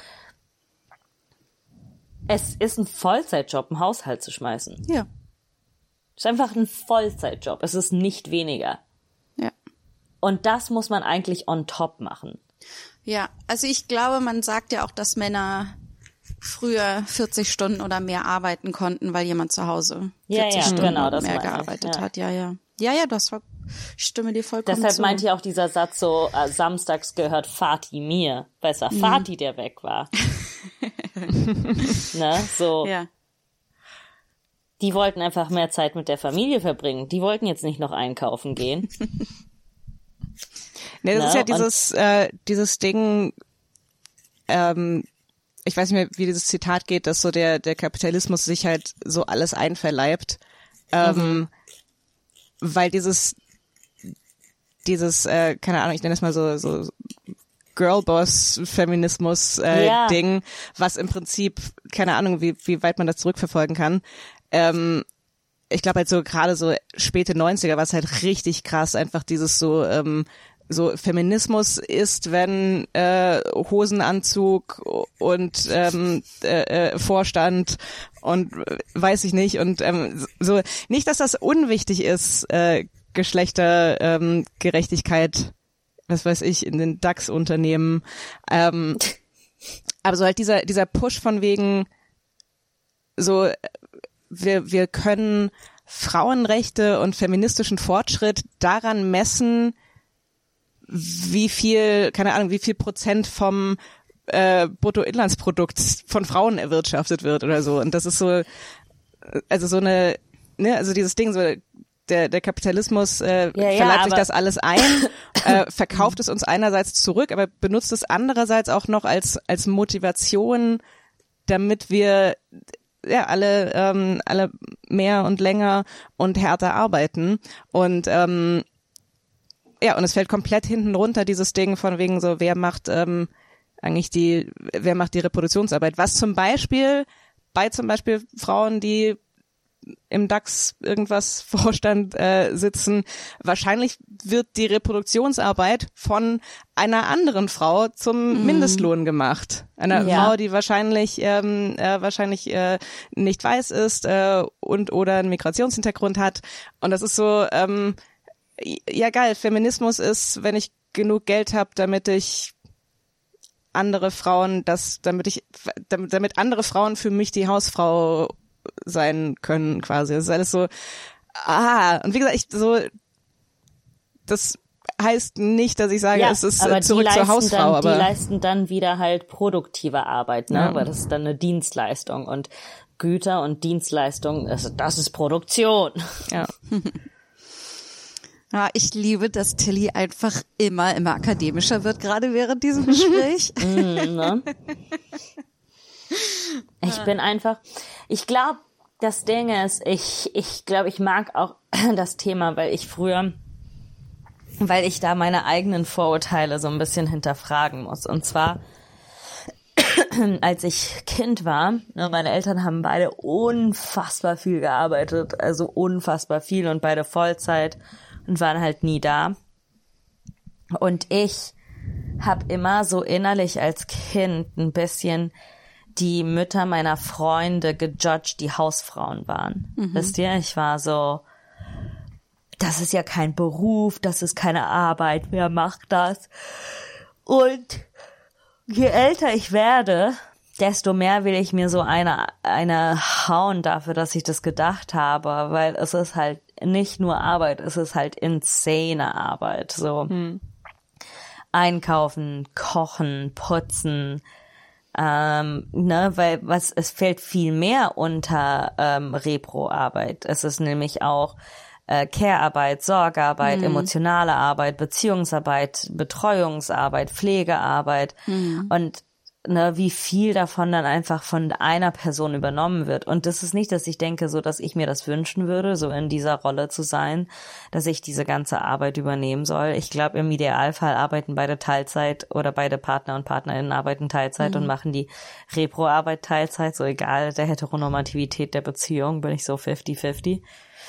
[SPEAKER 4] es ist ein Vollzeitjob, einen Haushalt zu schmeißen.
[SPEAKER 1] Ja.
[SPEAKER 4] Es ist einfach ein Vollzeitjob, es ist nicht weniger.
[SPEAKER 1] Ja.
[SPEAKER 4] Und das muss man eigentlich on top machen.
[SPEAKER 1] Ja, also ich glaube, man sagt ja auch, dass Männer früher vierzig Stunden oder mehr arbeiten konnten, weil jemand zu Hause
[SPEAKER 4] ja,
[SPEAKER 1] vierzig
[SPEAKER 4] ja,
[SPEAKER 1] Stunden
[SPEAKER 4] genau,
[SPEAKER 1] oder
[SPEAKER 4] das
[SPEAKER 1] mehr
[SPEAKER 4] meine ich,
[SPEAKER 1] gearbeitet
[SPEAKER 4] ja.
[SPEAKER 1] hat. Ja, ja. Ja, ja, das war, ich stimme dir vollkommen
[SPEAKER 4] Deshalb
[SPEAKER 1] zu.
[SPEAKER 4] meinte ich auch dieser Satz so, äh, samstags gehört Fatih mir, weil es war mhm. Fatih, der weg war. Ne, so.
[SPEAKER 1] Ja.
[SPEAKER 4] Die wollten einfach mehr Zeit mit der Familie verbringen. Die wollten jetzt nicht noch einkaufen gehen.
[SPEAKER 2] Nee, das
[SPEAKER 4] Na,
[SPEAKER 2] ist ja dieses, äh, dieses Ding, ähm, ich weiß nicht mehr, wie dieses Zitat geht, dass so der, der Kapitalismus sich halt so alles einverleibt, ähm, mhm. weil dieses, dieses, äh, keine Ahnung, ich nenne es mal so, so Girlboss-Feminismus äh,
[SPEAKER 4] ja.
[SPEAKER 2] Ding, was im Prinzip, keine Ahnung, wie, wie weit man das zurückverfolgen kann. Ähm, ich glaube halt so gerade so späte neunziger war es halt richtig krass, einfach dieses so, ähm, so Feminismus ist, wenn äh, Hosenanzug und ähm, äh, Vorstand und äh, weiß ich nicht und ähm, so, nicht, dass das unwichtig ist, äh, Geschlechtergerechtigkeit, ähm, was weiß ich, in den DAX-Unternehmen, ähm, aber so halt dieser dieser Push von wegen so, wir wir können Frauenrechte und feministischen Fortschritt daran messen, wie viel, keine Ahnung, wie viel Prozent vom äh, Bruttoinlandsprodukt von Frauen erwirtschaftet wird oder so. Und das ist so, also so eine, ne, also dieses Ding, so der der Kapitalismus äh,
[SPEAKER 4] ja, ja,
[SPEAKER 2] verleiht sich das alles ein, äh, verkauft es uns einerseits zurück, aber benutzt es andererseits auch noch als als Motivation, damit wir ja alle ähm, alle mehr und länger und härter arbeiten. Und ähm, ja, und es fällt komplett hinten runter, dieses Ding von wegen so, wer macht ähm, eigentlich die, wer macht die Reproduktionsarbeit? Was zum Beispiel bei zum Beispiel Frauen, die im DAX irgendwas Vorstand äh, sitzen, wahrscheinlich wird die Reproduktionsarbeit von einer anderen Frau zum mm. Mindestlohn gemacht. Einer ja. Frau, die wahrscheinlich ähm, äh, wahrscheinlich äh, nicht weiß ist äh, und oder einen Migrationshintergrund hat. Und das ist so, ähm, ja geil, Feminismus ist, wenn ich genug Geld habe, damit ich andere Frauen, das, damit ich, damit, damit andere Frauen für mich die Hausfrau sein können, quasi. Das ist alles so, ah, und wie gesagt, ich so, das heißt nicht, dass ich sage,
[SPEAKER 4] ja,
[SPEAKER 2] es ist
[SPEAKER 4] aber
[SPEAKER 2] zurück zur Hausfrau,
[SPEAKER 4] dann,
[SPEAKER 2] aber.
[SPEAKER 4] Die leisten dann wieder halt produktive Arbeit, ne,
[SPEAKER 2] ja.
[SPEAKER 4] weil das ist dann eine Dienstleistung und Güter und Dienstleistung, also das ist Produktion.
[SPEAKER 2] Ja.
[SPEAKER 1] Ja, ich liebe, dass Tilly einfach immer, immer akademischer wird, gerade während diesem Gespräch.
[SPEAKER 4] mm, ne? Ich bin einfach, ich glaube, das Ding ist, ich, ich glaube, ich mag auch das Thema, weil ich früher, weil ich da meine eigenen Vorurteile so ein bisschen hinterfragen muss. Und zwar, als ich Kind war, meine Eltern haben beide unfassbar viel gearbeitet, also unfassbar viel und beide Vollzeit und waren halt nie da. Und ich habe immer so innerlich als Kind ein bisschen die Mütter meiner Freunde gejudged, die Hausfrauen waren. Mhm. Wisst ihr, ich war so, das ist ja kein Beruf, das ist keine Arbeit, wer macht das? Und je älter ich werde, desto mehr will ich mir so eine, eine hauen dafür, dass ich das gedacht habe, weil es ist halt nicht nur Arbeit, es ist halt insane Arbeit, so. Hm. Einkaufen, kochen, putzen, ähm, ne, weil was, es fällt viel mehr unter, ähm, Repro-Arbeit. Es ist nämlich auch, äh, Care-Arbeit, Sorgearbeit, mhm. emotionale Arbeit, Beziehungsarbeit, Betreuungsarbeit, Pflegearbeit mhm. und ne, wie viel davon dann einfach von einer Person übernommen wird. Und das ist nicht, dass ich denke, so, dass ich mir das wünschen würde, so in dieser Rolle zu sein, dass ich diese ganze Arbeit übernehmen soll. Ich glaube, im Idealfall arbeiten beide Teilzeit oder beide Partner und Partnerinnen arbeiten Teilzeit mhm. und machen die Repro-Arbeit Teilzeit, so egal der Heteronormativität der Beziehung, bin ich so fifty fifty.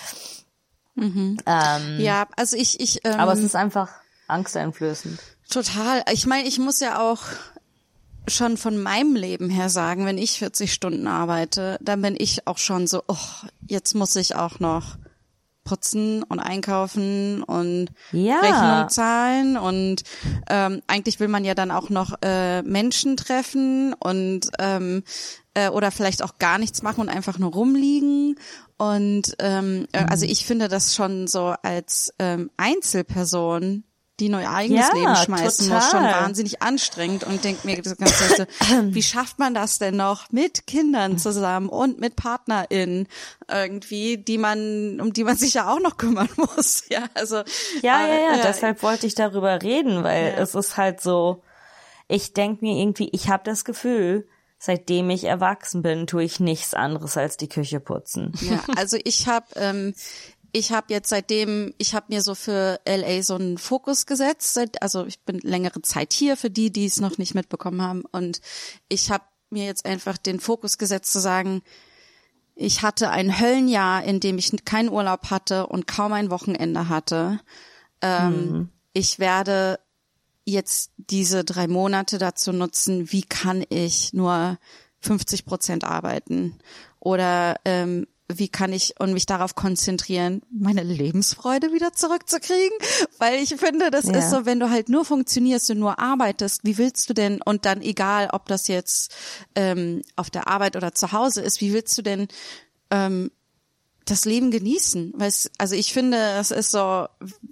[SPEAKER 1] Mhm.
[SPEAKER 4] Ähm,
[SPEAKER 1] ja, also ich, ich, ähm,
[SPEAKER 4] aber es ist einfach angsteinflößend.
[SPEAKER 1] Total. Ich meine, ich muss ja auch schon von meinem Leben her sagen, wenn ich vierzig Stunden arbeite, dann bin ich auch schon so, oh, jetzt muss ich auch noch putzen und einkaufen und
[SPEAKER 4] ja.
[SPEAKER 1] Rechnung zahlen und ähm, eigentlich will man ja dann auch noch äh, Menschen treffen und ähm, äh, oder vielleicht auch gar nichts machen und einfach nur rumliegen und ähm, äh, also ich finde das schon so als ähm, Einzelperson, die in ihr eigenes
[SPEAKER 4] Ja,
[SPEAKER 1] Leben schmeißen
[SPEAKER 4] total.
[SPEAKER 1] muss, schon wahnsinnig anstrengend und denke mir das ganze Zeit so, wie schafft man das denn noch mit Kindern zusammen und mit PartnerInnen irgendwie, die man, um die man sich ja auch noch kümmern muss. Ja, also
[SPEAKER 4] Ja,
[SPEAKER 1] äh,
[SPEAKER 4] ja, ja,
[SPEAKER 1] äh,
[SPEAKER 4] deshalb wollte ich darüber reden, weil
[SPEAKER 1] Ja.
[SPEAKER 4] es ist halt so, ich denke mir irgendwie, ich habe das Gefühl, seitdem ich erwachsen bin, tue ich nichts anderes als die Küche putzen.
[SPEAKER 1] Ja, also ich habe ähm, ich habe jetzt seitdem, ich habe mir so für L A so einen Fokus gesetzt, seit, also ich bin längere Zeit hier, für die, die es noch nicht mitbekommen haben, und ich habe mir jetzt einfach den Fokus gesetzt zu sagen, ich hatte ein Höllenjahr, in dem ich keinen Urlaub hatte und kaum ein Wochenende hatte. Ähm,
[SPEAKER 4] Mhm.
[SPEAKER 1] Ich werde jetzt diese drei Monate dazu nutzen, wie kann ich nur fünfzig Prozent arbeiten oder ähm, wie kann ich und mich darauf konzentrieren, meine Lebensfreude wieder zurückzukriegen, weil ich finde, das
[SPEAKER 4] Ja.
[SPEAKER 1] ist so, wenn du halt nur funktionierst und nur arbeitest, wie willst du denn, und dann egal, ob das jetzt ähm, auf der Arbeit oder zu Hause ist, wie willst du denn ähm, das Leben genießen? Weil es, also ich finde, es ist so,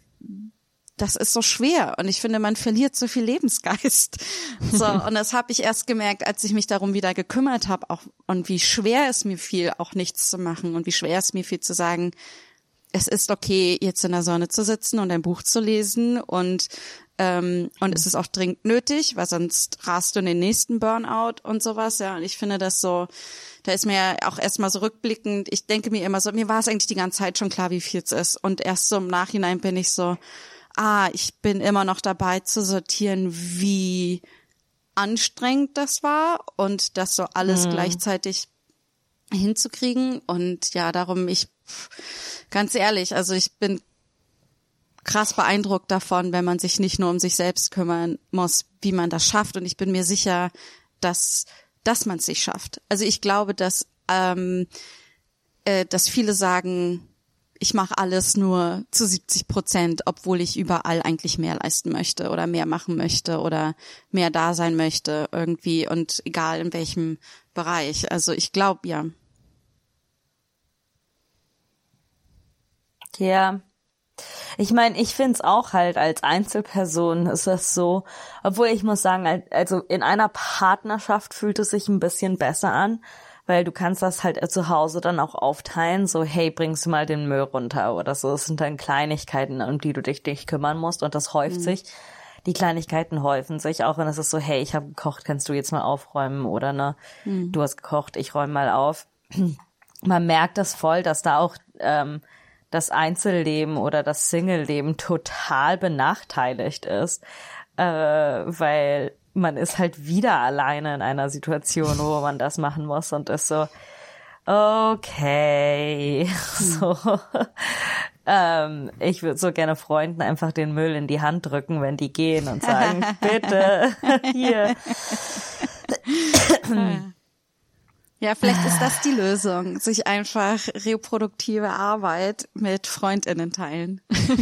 [SPEAKER 1] das ist so schwer und ich finde, man verliert so viel Lebensgeist. So, und das habe ich erst gemerkt, als ich mich darum wieder gekümmert habe, auch und wie schwer es mir fiel, auch nichts zu machen und wie schwer es mir fiel zu sagen, es ist okay, jetzt in der Sonne zu sitzen und ein Buch zu lesen und ähm, und es ist auch dringend nötig, weil sonst rast du in den nächsten Burnout und sowas. Ja, und ich finde das so, da ist mir auch erstmal so rückblickend, ich denke mir immer so, mir war es eigentlich die ganze Zeit schon klar, wie viel es ist, und erst so im Nachhinein bin ich so, ah, ich bin immer noch dabei zu sortieren, wie anstrengend das war und das so alles
[SPEAKER 4] Mhm.
[SPEAKER 1] gleichzeitig hinzukriegen. Und ja, darum, ich, ganz ehrlich, also ich bin krass beeindruckt davon, wenn man sich nicht nur um sich selbst kümmern muss, wie man das schafft. Und ich bin mir sicher, dass, dass man es sich schafft. Also ich glaube, dass, ähm, äh, dass viele sagen, ich mache alles nur zu siebzig Prozent, obwohl ich überall eigentlich mehr leisten möchte oder mehr machen möchte oder mehr da sein möchte irgendwie, und egal in welchem Bereich. Also ich glaube, ja.
[SPEAKER 4] Ja. Ich meine, ich find's auch halt als Einzelperson ist das so, obwohl ich muss sagen, also in einer Partnerschaft fühlt es sich ein bisschen besser an, weil du kannst das halt zu Hause dann auch aufteilen, so hey, bringst du mal den Müll runter oder so. Es sind dann Kleinigkeiten, um die du dich, dich kümmern musst, und das häuft mhm. sich. Die Kleinigkeiten häufen sich, auch wenn es ist so, hey, ich habe gekocht, kannst du jetzt mal aufräumen, oder ne, mhm. du hast gekocht, ich räume mal auf. Man merkt das voll, dass da auch ähm, das Einzelleben oder das Single-Leben total benachteiligt ist, äh, weil man ist halt wieder alleine in einer Situation, wo man das machen muss, und ist so, okay, hm. so, ähm, ich würde so gerne Freunden einfach den Müll in die Hand drücken, wenn die gehen, und sagen, bitte, hier.
[SPEAKER 1] Ja, vielleicht ist das die Lösung, sich einfach reproduktive Arbeit mit FreundInnen teilen.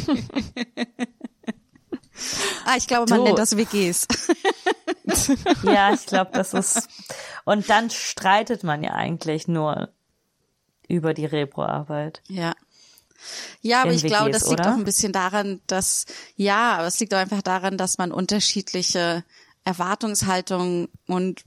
[SPEAKER 1] Ah, ich glaube, man
[SPEAKER 4] du.
[SPEAKER 1] nennt das W Gs.
[SPEAKER 4] Ja, ich glaube, das ist, und dann streitet man ja eigentlich nur über die Repro-Arbeit.
[SPEAKER 1] Ja. Ja, aber
[SPEAKER 4] In
[SPEAKER 1] ich
[SPEAKER 4] W Gs,
[SPEAKER 1] glaube, das liegt
[SPEAKER 4] oder?
[SPEAKER 1] auch ein bisschen daran, dass, ja, aber es liegt auch einfach daran, dass man unterschiedliche Erwartungshaltungen und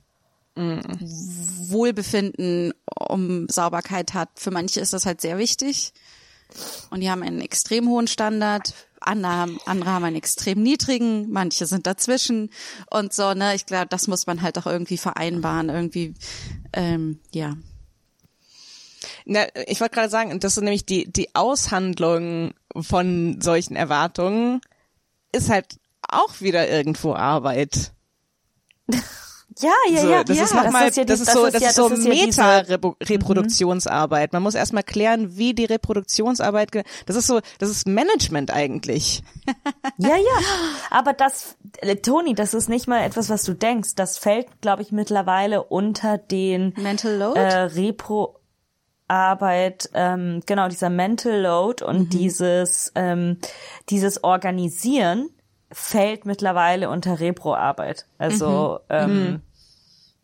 [SPEAKER 1] Wohlbefinden um Sauberkeit hat. Für manche ist das halt sehr wichtig und die haben einen extrem hohen Standard. Andere haben, andere haben einen extrem niedrigen, manche sind dazwischen und so, ne? Ich glaube, das muss man halt auch irgendwie vereinbaren, irgendwie, ähm, ja.
[SPEAKER 2] Na, ich wollte gerade sagen, das ist nämlich die, die Aushandlung von solchen Erwartungen ist halt auch wieder irgendwo Arbeit.
[SPEAKER 4] Ja, ja,
[SPEAKER 2] so,
[SPEAKER 4] ja.
[SPEAKER 2] das
[SPEAKER 4] ja,
[SPEAKER 2] ist nochmal, das,
[SPEAKER 4] ja
[SPEAKER 2] das ist so, das ist so
[SPEAKER 4] ja
[SPEAKER 2] Meta-Reproduktionsarbeit. Man muss erstmal klären, wie die Reproduktionsarbeit, ge- das ist so, das ist Management eigentlich.
[SPEAKER 4] Ja, ja. Aber das, äh, Toni, das ist nicht mal etwas, was du denkst. Das fällt, glaube ich, mittlerweile unter den
[SPEAKER 1] Mental Load?
[SPEAKER 4] Äh, Repro-Arbeit, ähm, genau, dieser Mental Load und mhm. dieses, ähm, dieses Organisieren fällt mittlerweile unter Repro-Arbeit. Also,
[SPEAKER 1] mhm.
[SPEAKER 4] ähm,
[SPEAKER 1] mhm.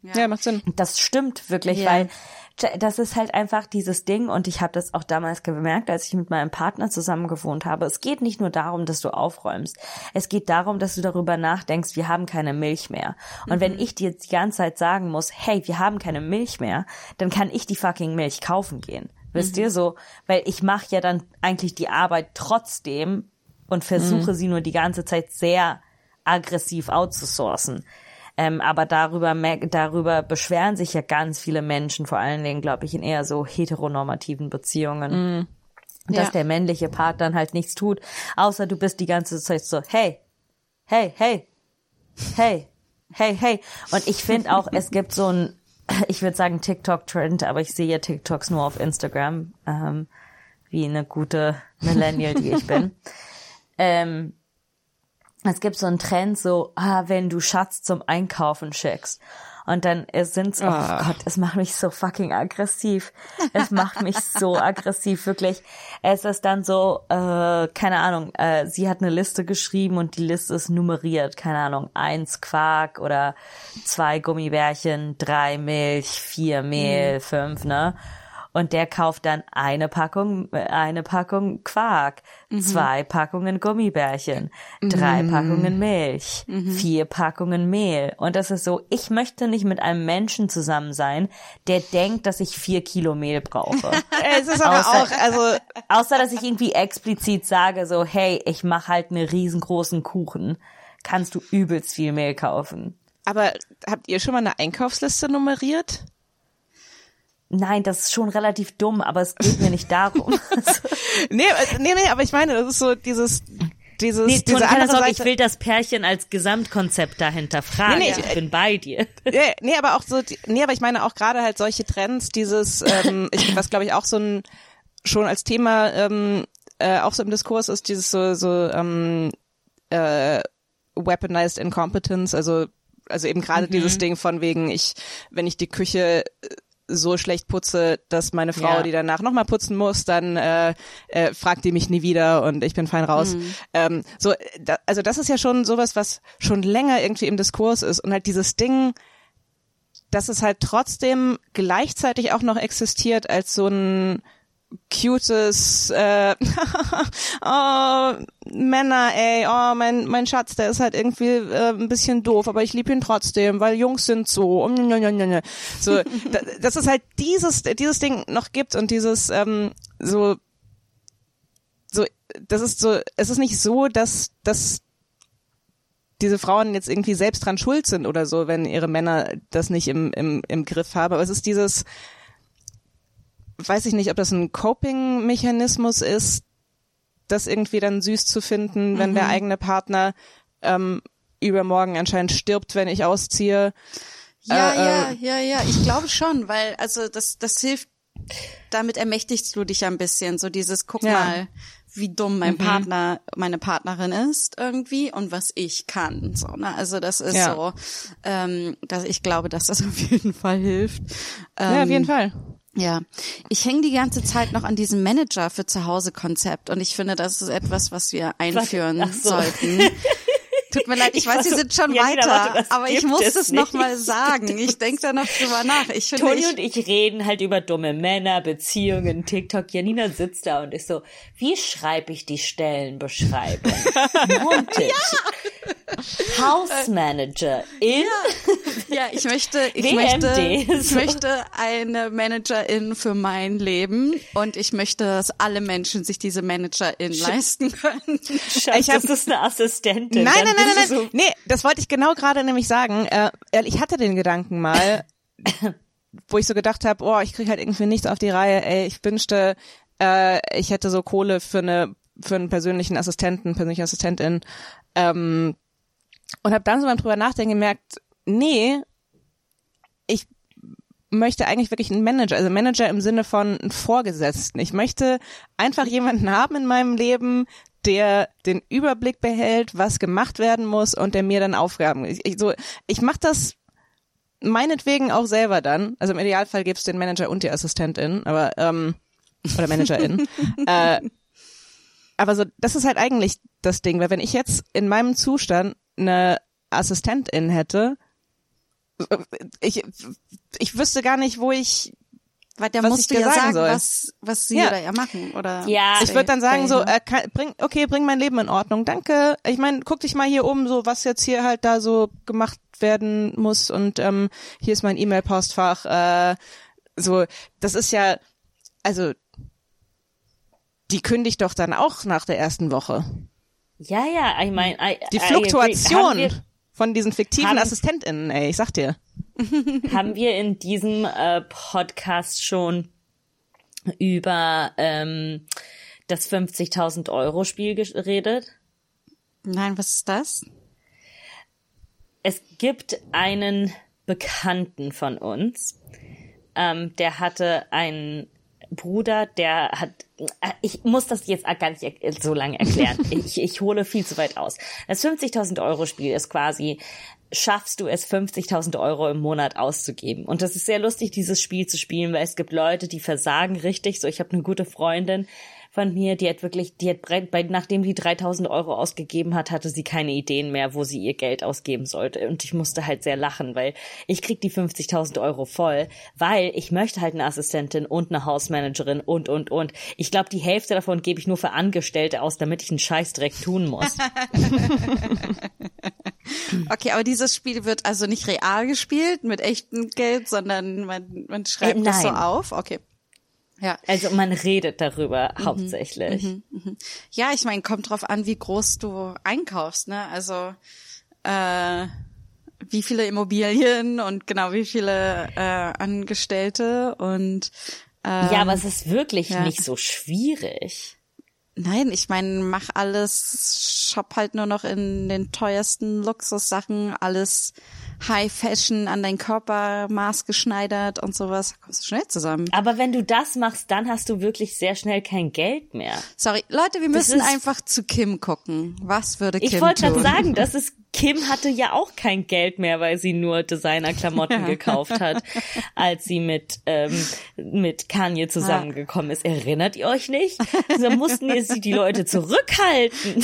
[SPEAKER 2] Ja, ja macht Sinn.
[SPEAKER 4] Das stimmt wirklich, ja. weil das ist halt einfach dieses Ding und ich habe das auch damals gemerkt, als ich mit meinem Partner zusammen gewohnt habe. Es geht nicht nur darum, dass du aufräumst. Es geht darum, dass du darüber nachdenkst, wir haben keine Milch mehr. Und mhm. wenn ich dir jetzt die ganze Zeit sagen muss, hey, wir haben keine Milch mehr, dann kann ich die fucking Milch kaufen gehen. Wisst mhm. ihr so? Weil ich mache ja dann eigentlich die Arbeit trotzdem und versuche mhm. sie nur die ganze Zeit sehr aggressiv outzusourcen. Ähm, aber darüber, darüber beschweren sich ja ganz viele Menschen, vor allen Dingen, glaube ich, in eher so heteronormativen Beziehungen, mm. dass ja. der männliche Part dann halt nichts tut, außer du bist die ganze Zeit so, hey, hey, hey, hey, hey, hey. Und ich finde auch, es gibt so ein, ich würde sagen TikTok-Trend, aber ich sehe ja TikToks nur auf Instagram, ähm, wie eine gute Millennial, die ich bin. ähm, Es gibt so einen Trend, so, ah, wenn du Schatz zum Einkaufen schickst. Und dann sind's, oh ah. Gott, es macht mich so fucking aggressiv. Es macht mich so aggressiv, wirklich. Es ist dann so, äh, keine Ahnung, äh, sie hat eine Liste geschrieben und die Liste ist nummeriert. Keine Ahnung, eins Quark oder zwei Gummibärchen, drei Milch, vier Mehl, mhm. fünf, ne? Und der kauft dann eine Packung, eine Packung Quark, mhm. zwei Packungen Gummibärchen, mhm. drei Packungen Milch, mhm. vier Packungen Mehl. Und das ist so, ich möchte nicht mit einem Menschen zusammen sein, der denkt, dass ich vier Kilo Mehl brauche.
[SPEAKER 2] Es ist aber außer, auch, also,
[SPEAKER 4] außer, dass ich irgendwie explizit sage so, hey, ich mache halt einen riesengroßen Kuchen. Kannst du übelst viel Mehl kaufen.
[SPEAKER 2] Aber habt ihr schon mal eine Einkaufsliste nummeriert?
[SPEAKER 4] Nein, das ist schon relativ dumm, aber es geht mir nicht darum.
[SPEAKER 2] nee, nee, nee, aber ich meine, das ist so dieses, dieses,
[SPEAKER 4] nee,
[SPEAKER 2] diese
[SPEAKER 4] andere
[SPEAKER 2] Sorge,
[SPEAKER 4] Seite. Ich will das Pärchen als Gesamtkonzept dahinter fragen. Nee, nee, ich, ich bin bei dir.
[SPEAKER 2] Nee, nee, aber auch so, nee, aber ich meine auch gerade halt solche Trends, dieses, ähm, ich, was glaube ich auch so ein, schon als Thema, ähm, äh, auch so im Diskurs ist, dieses so, so, ähm, äh, weaponized incompetence, also, also eben gerade mhm. dieses Ding von wegen, ich, wenn ich die Küche so schlecht putze, dass meine Frau, ja. die danach nochmal putzen muss, dann äh, äh, fragt die mich nie wieder und ich bin fein raus. Mhm. Ähm, so, da, also das ist ja schon sowas, was schon länger irgendwie im Diskurs ist und halt dieses Ding, dass es halt trotzdem gleichzeitig auch noch existiert als so ein cutes äh, oh, Männer, ey, oh, mein mein Schatz, der ist halt irgendwie äh, ein bisschen doof, aber ich liebe ihn trotzdem, weil Jungs sind so. So, da, dass es halt dieses dieses Ding noch gibt und dieses ähm, so so das ist so, es ist nicht so, dass dass diese Frauen jetzt irgendwie selbst dran schuld sind oder so, wenn ihre Männer das nicht im im im Griff haben, aber es ist dieses, weiß ich nicht, ob das ein Coping-Mechanismus ist, das irgendwie dann süß zu finden, wenn mhm. der eigene Partner ähm, übermorgen anscheinend stirbt, wenn ich ausziehe.
[SPEAKER 1] Ja,
[SPEAKER 2] äh,
[SPEAKER 1] ja,
[SPEAKER 2] äh,
[SPEAKER 1] ja, ja, ich glaube schon, weil also das das hilft, damit ermächtigst du dich ja ein bisschen, so dieses, guck ja. mal, wie dumm mein mhm. Partner, meine Partnerin ist irgendwie und was ich kann. So, ne? Also das ist ja. so, ähm, dass ich glaube, dass das auf jeden Fall hilft. Ähm,
[SPEAKER 2] ja, auf jeden Fall.
[SPEAKER 1] Ja, ich hänge die ganze Zeit noch an diesem Manager für Zuhause-Konzept und ich finde, das ist etwas, was wir einführen Ach so. sollten. Tut mir leid, ich, ich weiß, Sie sind schon ja, weiter, warte, aber ich muss es noch mal sagen. Ich denke da noch drüber nach. Ich finde,
[SPEAKER 4] Toni
[SPEAKER 1] ich
[SPEAKER 4] und ich reden halt über dumme Männer, Beziehungen, TikTok. Janina sitzt da und ist so, wie schreibe ich die Stellenbeschreibung? Mutig. Ja. House Manager in
[SPEAKER 1] ja. ja, ich möchte ich möchte ich möchte eine Managerin für mein Leben und ich möchte, dass alle Menschen sich diese Managerin Sch- leisten können.
[SPEAKER 4] Schatz, ich hab, das ist eine Assistentin.
[SPEAKER 2] Nein, nein, nein, nein, nein. So nee, das wollte ich genau gerade nämlich sagen. Äh, ich hatte den Gedanken mal, wo ich so gedacht habe, oh, ich kriege halt irgendwie nichts auf die Reihe. Ey, ich wünschte, äh, ich hätte so Kohle für eine für einen persönlichen Assistenten, persönliche Assistentin. Ähm, und habe dann so beim drüber nachdenken gemerkt, nee, ich möchte eigentlich wirklich einen Manager, also Manager im Sinne von einen Vorgesetzten. Ich möchte einfach jemanden haben in meinem Leben, der den Überblick behält, was gemacht werden muss und der mir dann Aufgaben. Ich, ich, so, ich mache das meinetwegen auch selber dann. Also im Idealfall gibt's den Manager und die Assistentin, aber ähm, oder Managerin. äh, aber so, das ist halt eigentlich das Ding, weil wenn ich jetzt in meinem Zustand eine Assistentin hätte, ich, ich wüsste gar nicht, wo ich,
[SPEAKER 1] weil der
[SPEAKER 2] was
[SPEAKER 1] musste
[SPEAKER 2] ich dir
[SPEAKER 1] ja
[SPEAKER 2] sagen
[SPEAKER 1] sagen,
[SPEAKER 2] soll.
[SPEAKER 1] was, was sie
[SPEAKER 2] Ja.
[SPEAKER 1] oder er machen, oder?
[SPEAKER 4] Ja.
[SPEAKER 2] Ich würde dann sagen so,
[SPEAKER 1] Äh,
[SPEAKER 2] äh, kann, bring, okay, bring mein Leben in Ordnung, danke. Ich meine, guck dich mal hier um, so was jetzt hier halt da so gemacht werden muss und ähm, hier ist mein E-Mail-Postfach. Äh, so, das ist ja, also die kündigt doch dann auch nach der ersten Woche.
[SPEAKER 4] Ja, ja, ich meine, I,
[SPEAKER 2] Die
[SPEAKER 4] I agree. Haben
[SPEAKER 2] Fluktuation
[SPEAKER 4] wir,
[SPEAKER 2] von diesen fiktiven
[SPEAKER 4] haben-
[SPEAKER 2] AssistentInnen, ey, ich sag dir.
[SPEAKER 4] haben wir in diesem äh, Podcast schon über ähm, das fünfzigtausend Euro Spiel geredet?
[SPEAKER 1] Nein, was ist das?
[SPEAKER 4] Es gibt einen Bekannten von uns, ähm, der hatte einen Bruder, der hat, äh, ich muss das jetzt gar nicht er- so lange erklären. ich, ich hole viel zu weit aus. Das fünfzigtausend Euro Spiel ist quasi, schaffst du es, fünfzigtausend Euro im Monat auszugeben. Und das ist sehr lustig, dieses Spiel zu spielen, weil es gibt Leute, die versagen richtig. So, ich habe eine gute Freundin von mir, die hat wirklich, die hat, bei, nachdem die dreitausend Euro ausgegeben hat, hatte sie keine Ideen mehr, wo sie ihr Geld ausgeben sollte. Und ich musste halt sehr lachen, weil ich krieg die fünfzigtausend Euro voll, weil ich möchte halt eine Assistentin und eine Hausmanagerin und, und, und. Ich glaube, die Hälfte davon gebe ich nur für Angestellte aus, damit ich einen Scheiß direkt tun muss.
[SPEAKER 1] Okay, aber dieses Spiel wird also nicht real gespielt mit echtem Geld, sondern man, man schreibt
[SPEAKER 4] Äh,
[SPEAKER 1] das so
[SPEAKER 4] nein.
[SPEAKER 1] auf. Okay. Ja.
[SPEAKER 4] Also man redet darüber hauptsächlich.
[SPEAKER 1] Ja, ich meine, kommt drauf an, wie groß du einkaufst, ne? Also äh, wie viele Immobilien und genau wie viele äh, Angestellte und ähm,
[SPEAKER 4] Ja, aber es ist wirklich
[SPEAKER 1] ja.
[SPEAKER 4] nicht so schwierig.
[SPEAKER 1] nein, ich meine, mach alles, shop halt nur noch in den teuersten Luxussachen, alles High Fashion an deinen Körper maßgeschneidert und sowas, da kommst du schnell zusammen.
[SPEAKER 4] Aber wenn du das machst, dann hast du wirklich sehr schnell kein Geld mehr.
[SPEAKER 1] Sorry, Leute, wir
[SPEAKER 4] Das
[SPEAKER 1] müssen
[SPEAKER 4] ist-
[SPEAKER 1] einfach zu Kim gucken. Was würde Kim
[SPEAKER 4] Ich wollte
[SPEAKER 1] tun?
[SPEAKER 4] gerade sagen, das ist, Kim hatte ja auch kein Geld mehr, weil sie nur Designerklamotten
[SPEAKER 1] Ja.
[SPEAKER 4] gekauft hat, als sie mit ähm, mit Kanye zusammengekommen ist. Erinnert ihr euch nicht? Da mussten jetzt die Leute zurückhalten.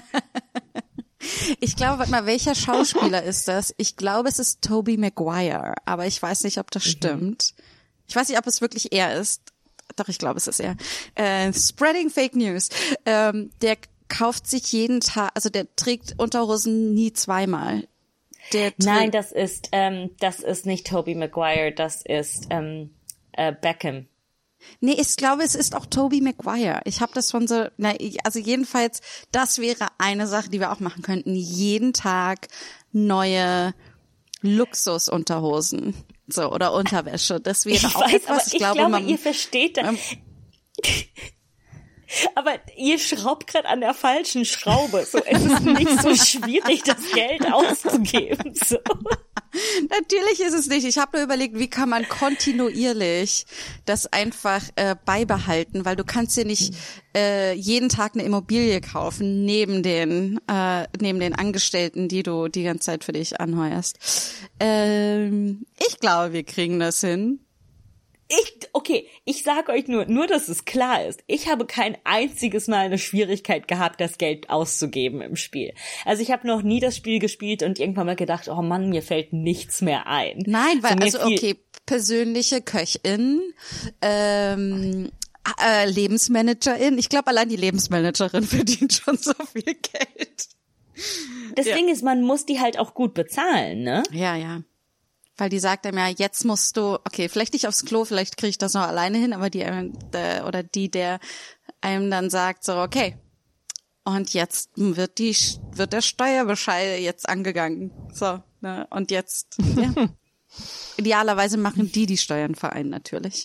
[SPEAKER 1] Ich glaube, warte mal, welcher Schauspieler ist das? Ich glaube, es ist Tobey Maguire, aber ich weiß nicht, ob das stimmt. Ich weiß nicht, ob es wirklich er ist. Doch, ich glaube, es ist er. Äh, Spreading Fake News. Ähm, der kauft sich jeden Tag, also der trägt Unterhosen nie zweimal. Der trägt,
[SPEAKER 4] Nein, das ist ähm, das ist nicht Tobey Maguire, das ist ähm, äh, Beckham.
[SPEAKER 1] Nee, ich glaube, es ist auch Tobey Maguire. Ich habe das von so, na, ich- also jedenfalls, das wäre eine Sache, die wir auch machen könnten. Jeden Tag neue Luxusunterhosen, so, oder Unterwäsche. Das wäre
[SPEAKER 4] Ich
[SPEAKER 1] auch
[SPEAKER 4] weiß,
[SPEAKER 1] etwas,
[SPEAKER 4] aber
[SPEAKER 1] ich
[SPEAKER 4] ich
[SPEAKER 1] glaube,
[SPEAKER 4] glaube,
[SPEAKER 1] man,
[SPEAKER 4] ihr versteht das.
[SPEAKER 1] ähm,
[SPEAKER 4] Aber ihr schraubt gerade an der falschen Schraube. So, es ist nicht so schwierig, das Geld auszugeben. So.
[SPEAKER 1] natürlich ist es nicht. Ich habe nur überlegt, wie kann man kontinuierlich das einfach äh, beibehalten, weil du kannst dir nicht äh, jeden Tag eine Immobilie kaufen neben den äh, neben den Angestellten, die du die ganze Zeit für dich anheuerst. Ähm, ich glaube, wir kriegen das hin.
[SPEAKER 4] Ich, okay, ich sage euch nur, nur, dass es klar ist. Ich habe kein einziges Mal eine Schwierigkeit gehabt, das Geld auszugeben im Spiel. Also ich habe noch nie das Spiel gespielt und irgendwann mal gedacht, oh Mann, mir fällt nichts mehr ein.
[SPEAKER 1] Nein, weil
[SPEAKER 4] So, mir
[SPEAKER 1] also
[SPEAKER 4] fiel-
[SPEAKER 1] okay, persönliche Köchin, ähm, äh, Lebensmanagerin. Ich glaube, allein die Lebensmanagerin verdient schon so viel Geld.
[SPEAKER 4] Das Ding ist, man muss die halt auch gut bezahlen, ne?
[SPEAKER 1] Ja, ja. Weil die sagt einem ja, jetzt musst du, okay, vielleicht nicht aufs Klo, vielleicht kriege ich das noch alleine hin, aber die einem, der, oder die, der einem dann sagt so, okay, und jetzt wird die, wird der Steuerbescheid jetzt angegangen. So, ne, und jetzt, ja. Idealerweise machen die die Steuern für einen natürlich.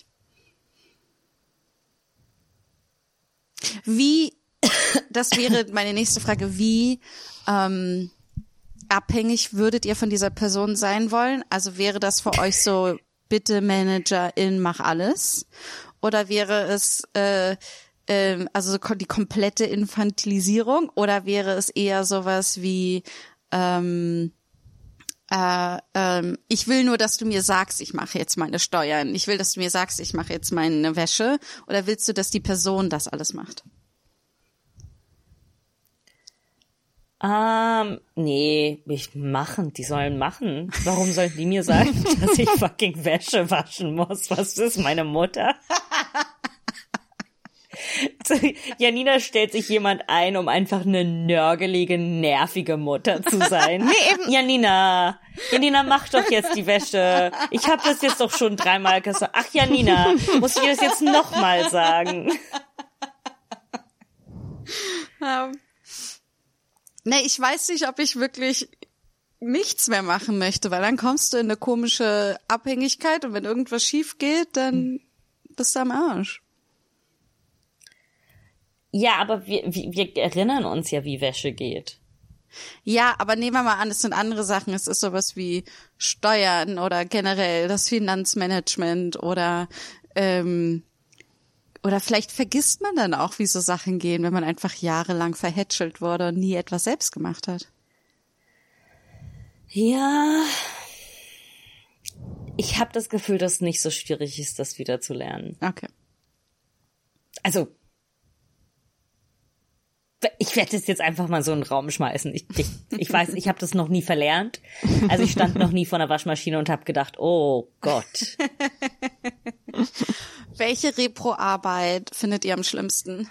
[SPEAKER 1] Wie, das wäre meine nächste Frage, wie, ähm, abhängig würdet ihr von dieser Person sein wollen? Also wäre das für euch so, bitte Managerin, mach alles? Oder wäre es äh, äh, also die komplette Infantilisierung? Oder wäre es eher sowas wie, ähm, äh, ähm, ich will nur, dass du mir sagst, ich mache jetzt meine Steuern. Ich will, dass du mir sagst, ich mache jetzt meine Wäsche. Oder willst du, dass die Person das alles macht?
[SPEAKER 4] Ähm, nee, ich machen, die sollen machen. Warum sollten die mir sagen, dass ich fucking Wäsche waschen muss? Was ist meine Mutter? Janina stellt sich jemand ein, um einfach eine nörgelige, nervige Mutter zu sein. Nee, eben. Janina, Janina, mach doch jetzt die Wäsche. Ich habe das jetzt doch schon dreimal gesagt. Ach, Janina, muss ich das jetzt nochmal sagen?
[SPEAKER 1] Um, nee, ich weiß nicht, ob ich wirklich nichts mehr machen möchte, weil dann kommst du in eine komische Abhängigkeit und wenn irgendwas schief geht, dann bist du am Arsch.
[SPEAKER 4] Ja, aber wir, wir erinnern uns ja, wie Wäsche geht.
[SPEAKER 1] Ja, aber nehmen wir mal an, es sind andere Sachen. Es ist sowas wie Steuern oder generell das Finanzmanagement oder ähm, oder vielleicht vergisst man dann auch, wie so Sachen gehen, wenn man einfach jahrelang verhätschelt wurde und nie etwas selbst gemacht hat.
[SPEAKER 4] Ja, ich habe das Gefühl, dass es nicht so schwierig ist, das wieder zu lernen.
[SPEAKER 1] Okay.
[SPEAKER 4] Also ich werde es jetzt einfach mal so in den Raum schmeißen. Ich, ich, ich weiß, ich habe das noch nie verlernt. Also ich stand noch nie vor einer Waschmaschine und habe gedacht, oh Gott.
[SPEAKER 1] Welche Repro-Arbeit findet ihr am schlimmsten?